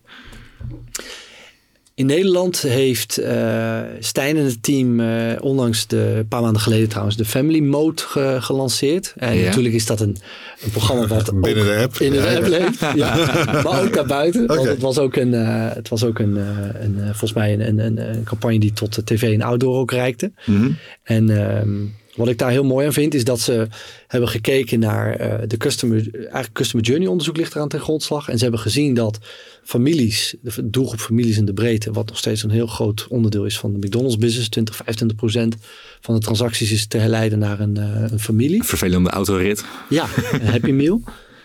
In Nederland heeft uh, Stijn en het team uh, onlangs de, een paar maanden geleden trouwens de Family Mode ge, gelanceerd. En ja. natuurlijk is dat een, een programma wat binnen de app, in de ja, app leeft. Ja. Ja. Maar ook daarbuiten. Okay. Want het was ook, een, uh, het was ook een, uh, een, uh, volgens mij een, een, een campagne die tot de tv en outdoor ook reikte. Mm-hmm. En um, wat ik daar heel mooi aan vind is dat ze hebben gekeken naar uh, de customer, eigenlijk customer journey onderzoek ligt eraan ten grondslag. En ze hebben gezien dat families, de doelgroep families in de breedte, wat nog steeds een heel groot onderdeel is van de McDonald's business, twintig, vijfentwintig procent van de transacties is te herleiden naar een, uh, een familie. Vervelende autorit. Ja, een Happy Meal.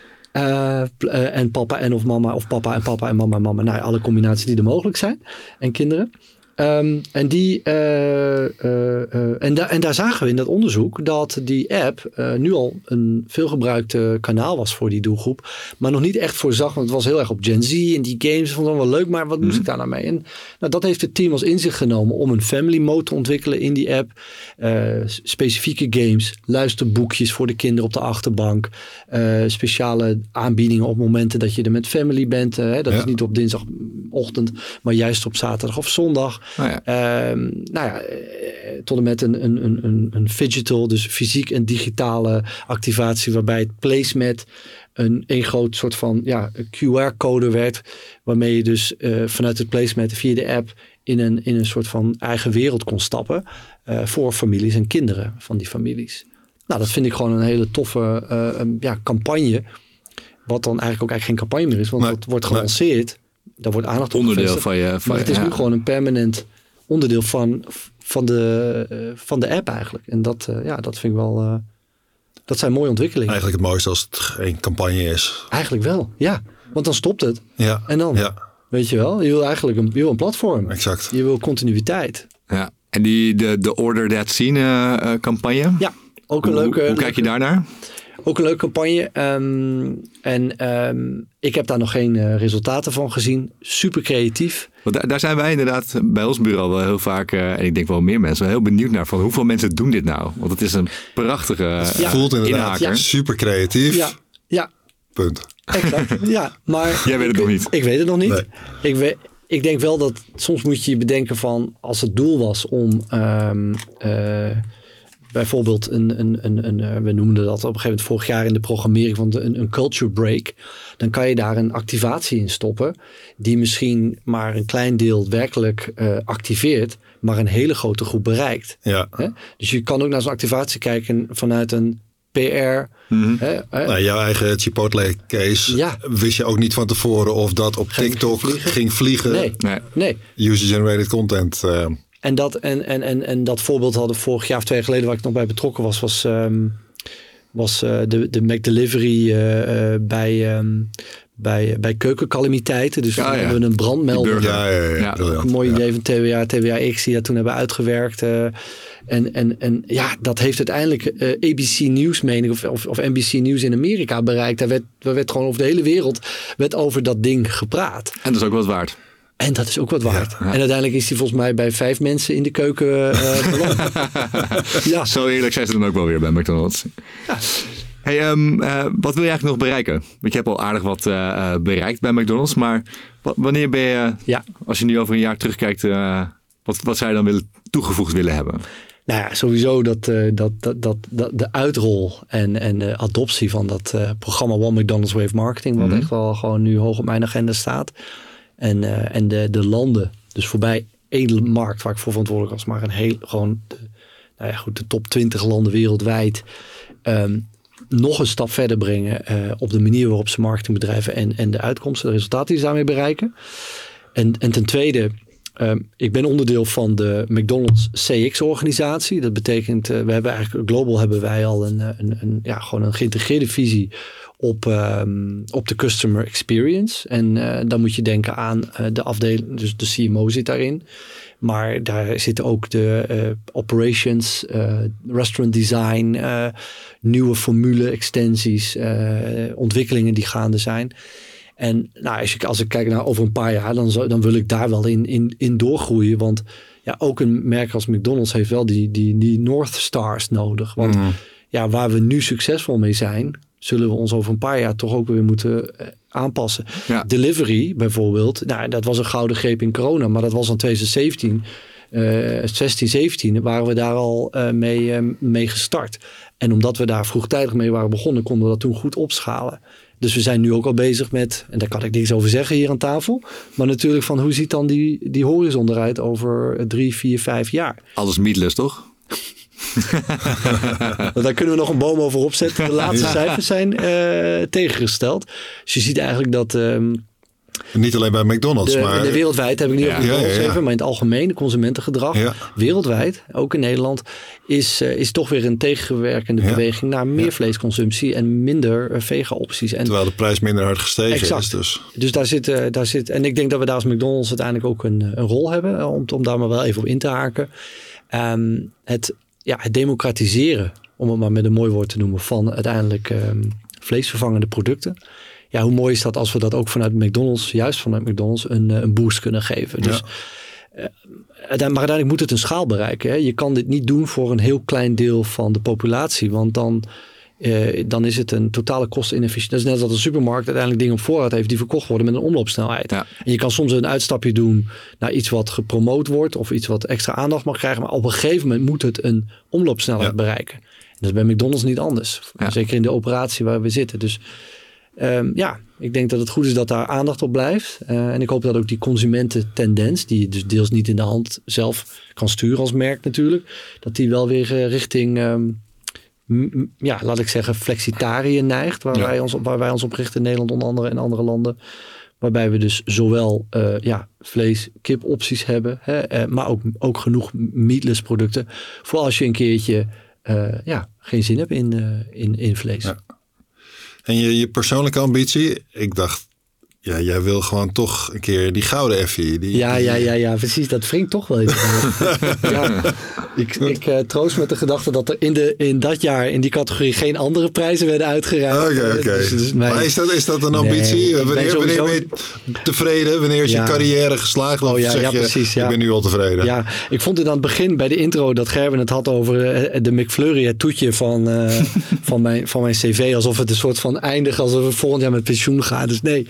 Uh, uh, en papa en of mama of papa en papa en mama en mama. Nou, alle combinaties die er mogelijk zijn. En kinderen. Um, en, die, uh, uh, uh, en, da- en daar zagen we in dat onderzoek dat die app uh, nu al een veelgebruikte kanaal was voor die doelgroep. Maar nog niet echt voorzag, want het was heel erg op Gen Z en die games vonden we wel leuk, maar wat mm. moest ik daar nou mee? En nou, dat heeft het team als inzicht genomen om een family mode te ontwikkelen in die app. Uh, specifieke games, luisterboekjes voor de kinderen op de achterbank. Uh, speciale aanbiedingen op momenten dat je er met family bent. Uh, dat ja. is niet op dinsdagochtend, maar juist op zaterdag of zondag. Oh ja. Um, nou ja, tot en met een, een, een, een digital, dus fysiek en digitale activatie, waarbij het placemat een, een groot soort van ja, Q R-code werd, waarmee je dus uh, vanuit het placemat via de app in een, in een soort van eigen wereld kon stappen uh, voor families en kinderen van die families. Nou, dat vind ik gewoon een hele toffe uh, um, ja, campagne, wat dan eigenlijk ook eigenlijk geen campagne meer is, want het wordt gelanceerd. Nee. Daar wordt aandacht op onderdeel van je. Van, maar het is ja. nu gewoon een permanent onderdeel van, van, de, uh, van de app eigenlijk. En dat, uh, ja, dat vind ik wel. Uh, dat zijn mooie ontwikkelingen. Eigenlijk het mooiste als het geen campagne is. Eigenlijk wel, ja. Want dan stopt het. Ja. En dan, ja. weet je wel, je wil eigenlijk een, je wil een platform. Exact. Je wil continuïteit. Ja. En die de, de Order That Scene uh, campagne. Ja, ook een hoe, leuke. Hoe, hoe leuke, kijk je daarnaar? Ook een leuke campagne. Um, en um, ik heb daar nog geen uh, resultaten van gezien. Super creatief. Want daar, daar zijn wij inderdaad bij ons bureau wel heel vaak, uh, en ik denk wel meer mensen, heel benieuwd naar van hoeveel mensen doen dit nou? Want het is een prachtige Het ja. voelt inderdaad inhaker. Ja. Super creatief. Ja, ja. Punt. Exact, ja. Maar jij weet het ik, nog niet. Ik weet het nog niet. Nee. Ik, weet, ik denk wel dat soms moet je je bedenken van als het doel was om... Um, uh, bijvoorbeeld een, een, een, een, we noemden dat op een gegeven moment vorig jaar in de programmering van de, een, een culture break. Dan kan je daar een activatie in stoppen die misschien maar een klein deel werkelijk uh, activeert, maar een hele grote groep bereikt. Ja. Hè? Dus je kan ook naar zo'n activatie kijken vanuit een P R. Mm-hmm. Hè? Nou, jouw eigen Chipotle case. Ja. Wist je ook niet van tevoren of dat op ging TikTok vliegen? ging vliegen? Nee. nee. nee. User-generated content. Uh. En, dat, en, en, en, en dat voorbeeld hadden vorig jaar of twee jaar geleden waar ik nog bij betrokken was, was, um, was uh, de, de McDelivery uh, uh, bij, um, bij, bij keukencalamiteiten. Dus ja, we ja. hebben een brandmelder. Ja, ja, ja, ja. Ook een mooi idee ja. van T W A, T W A X die dat toen hebben uitgewerkt. Uh, en, en, en ja, dat heeft uiteindelijk uh, A B C News, meen ik, of, of, of N B C News in Amerika bereikt. Daar werd, daar werd gewoon over de hele wereld werd over dat ding gepraat. En dat is ook wat waard. En dat is ook wat waard. Ja, ja. En uiteindelijk is die volgens mij bij vijf mensen in de keuken uh, beland. ja. Zo eerlijk zijn ze dan ook wel weer bij McDonald's. Ja. Hey, um, uh, wat wil je eigenlijk nog bereiken? Want je hebt al aardig wat uh, bereikt bij McDonald's. Maar w- wanneer ben je, ja. als je nu over een jaar terugkijkt, uh, wat, wat zou je dan willen, toegevoegd willen hebben? Nou ja, sowieso dat, uh, dat, dat, dat, dat de uitrol en, en de adoptie van dat uh, programma One McDonald's Way of Marketing. Wat mm-hmm. echt wel gewoon nu hoog op mijn agenda staat. En, uh, en de, de landen, dus voorbij één markt waar ik voor verantwoordelijk was, maar een heel, gewoon de, nou ja, goed, de top twintig landen wereldwijd um, nog een stap verder brengen uh, op de manier waarop ze marketing bedrijven en, en de uitkomsten, de resultaten die ze daarmee bereiken. En, en ten tweede, um, ik ben onderdeel van de McDonald's C X-organisatie. Dat betekent, uh, we hebben eigenlijk global hebben wij al een, een, een, ja, gewoon een geïntegreerde visie op, um, op de customer experience. En uh, dan moet je denken aan uh, de afdeling, dus de C M O zit daarin. Maar daar zitten ook de uh, operations, uh, restaurant design, uh, nieuwe formule extensies, uh, ontwikkelingen die gaande zijn. En nou, als, ik, als ik kijk naar over een paar jaar, dan, zo, dan wil ik daar wel in, in, in doorgroeien. Want ja, ook een merk als McDonald's heeft wel die, die, die North Stars nodig. Want mm. ja, waar we nu succesvol mee zijn, zullen we ons over een paar jaar toch ook weer moeten uh, aanpassen. Ja. Delivery bijvoorbeeld, nou, dat was een gouden greep in corona, maar dat was in twintig zeventien, uh, zestien, zeventien, waren we daar al uh, mee, uh, mee gestart. En omdat we daar vroegtijdig mee waren begonnen, konden we dat toen goed opschalen. Dus we zijn nu ook al bezig met, en daar kan ik niks over zeggen hier aan tafel, maar natuurlijk van hoe ziet dan die, die horizon eruit over drie, vier, vijf jaar? Alles meatless, toch? Daar kunnen we nog een boom over opzetten. De laatste ja. cijfers zijn uh, tegengesteld. Dus je ziet eigenlijk dat Um, niet alleen bij McDonald's, de, maar de wereldwijd heb ik niet ja. over McDonald's ja, ja, ja. maar in het algemeen, de consumentengedrag ja. wereldwijd, ook in Nederland, is, uh, is toch weer een tegenwerkende ja. beweging naar meer ja. vleesconsumptie en minder uh, vega-opties. En terwijl de prijs minder hard gestegen exact. is. Dus, dus daar, zit, uh, daar zit, en ik denk dat we daar als McDonald's uiteindelijk ook een, een rol hebben, om, om daar maar wel even op in te haken. Um, het, ja, het democratiseren, om het maar met een mooi woord te noemen, van uiteindelijk um, vleesvervangende producten. Ja, hoe mooi is dat als we dat ook vanuit McDonald's, juist vanuit McDonald's, een, een boost kunnen geven. Ja. Dus, uh, maar uiteindelijk moet het een schaal bereiken. Hè? Je kan dit niet doen voor een heel klein deel van de populatie, want dan, uh, dan is het een totale kosteninefficiëntie. Dat is net als dat een supermarkt uiteindelijk dingen op voorraad heeft die verkocht worden met een omloopsnelheid. Ja. En je kan soms een uitstapje doen naar iets wat gepromoot wordt of iets wat extra aandacht mag krijgen, maar op een gegeven moment moet het een omloopsnelheid ja. bereiken. En dat is bij McDonald's niet anders. Ja. Zeker in de operatie waar we zitten. Dus Um, ja, ik denk dat het goed is dat daar aandacht op blijft. Uh, en ik hoop dat ook die consumententendens, die je dus deels niet in de hand zelf kan sturen als merk natuurlijk, dat die wel weer uh, richting, um, m- ja, laat ik zeggen, flexitariën neigt. Waar, ja. wij ons, waar wij ons op richten in Nederland onder andere en andere landen. Waarbij we dus zowel uh, ja, vlees, kip opties hebben, hè, uh, maar ook, ook genoeg meatless producten. Voor als je een keertje uh, ja, geen zin hebt in, uh, in, in vlees. Ja. En je, je persoonlijke ambitie? Ik dacht, ja, jij wil gewoon toch een keer die gouden Effie. Die, ja, die... ja, ja, ja, precies. Dat wringt toch wel even. ja, ik ik uh, troost met de gedachte dat er in, de, in dat jaar in die categorie geen andere prijzen werden uitgereikt. Oké, okay, oké. Okay. Dus, dus mijn... Maar is dat, is dat een ambitie? Nee, wanneer, sowieso... wanneer ben je tevreden? Wanneer is je ja. carrière geslaagd? Of oh, ja, zeg ja, je, precies, ja. ik ben nu al tevreden. Ja, ik vond het aan het begin bij de intro dat Gerben het had over uh, de McFlurry, het toetje van, uh, van, mijn, van mijn cv. Alsof het een soort van eindig, alsof we volgend jaar met pensioen gaan. Dus nee, dat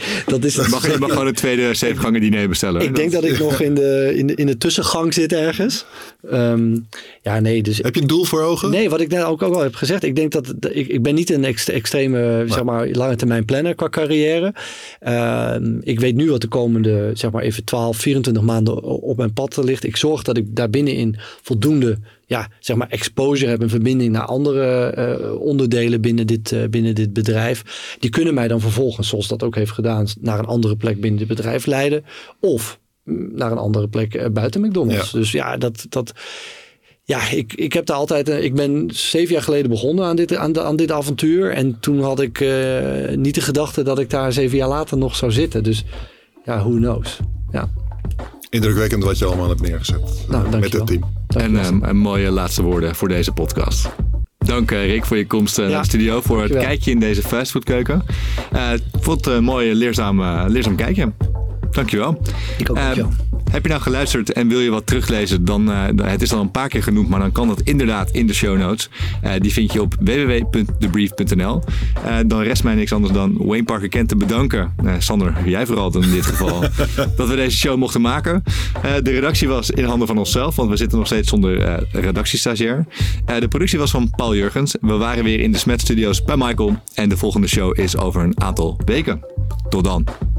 is dat. Mag, je mag gewoon een tweede zevengangen diner bestellen. Ik denk dat ik nog in de, in de, in de tussengang zit ergens. Um, ja, nee. Dus, heb je een doel voor ogen? Nee, wat ik net ook, ook al heb gezegd. Ik denk dat, ik, ik ben niet een ex, extreme, maar. zeg maar, lange termijn planner qua carrière. Um, ik weet nu wat de komende, zeg maar even twaalf, vierentwintig maanden op mijn pad ligt. Ik zorg dat ik daar binnenin voldoende, ja, zeg maar exposure heb, een verbinding naar andere uh, onderdelen binnen dit, uh, binnen dit bedrijf. Die kunnen mij dan vervolgens, zoals dat ook heeft gedaan, naar een andere plek binnen dit bedrijf leiden. Of naar een andere plek uh, buiten McDonald's. Ja. Dus ja, dat... dat Ja, ik, ik heb daar altijd. Ik ben zeven jaar geleden begonnen aan dit, aan, de, aan dit avontuur. En toen had ik uh, niet de gedachte dat ik daar zeven jaar later nog zou zitten. Dus ja, who knows. Ja. Indrukwekkend wat je allemaal hebt neergezet. Nou, met het team. En um, een mooie laatste woorden voor deze podcast. Dank uh, Rick voor je komst uh, ja, naar de studio. Voor het kijkje in deze fastfoodkeuken. Uh, ik vond het een mooi leerzaam, uh, leerzaam kijkje. Dankjewel. Ik ook, dankjewel. Uh, heb je nou geluisterd en wil je wat teruglezen? Dan, uh, het is al een paar keer genoemd, maar dan kan dat inderdaad in de show notes. Uh, die vind je op w w w punt the brief punt n l. Uh, dan rest mij niks anders dan Wayne Parker Kent te bedanken. Uh, Sander, jij vooral dan in dit geval. dat we deze show mochten maken. Uh, de redactie was in handen van onszelf, want we zitten nog steeds zonder uh, redactiestagiair. Uh, de productie was van Paul Jurgens. We waren weer in de Smet Studios bij Michael. En de volgende show is over een aantal weken. Tot dan.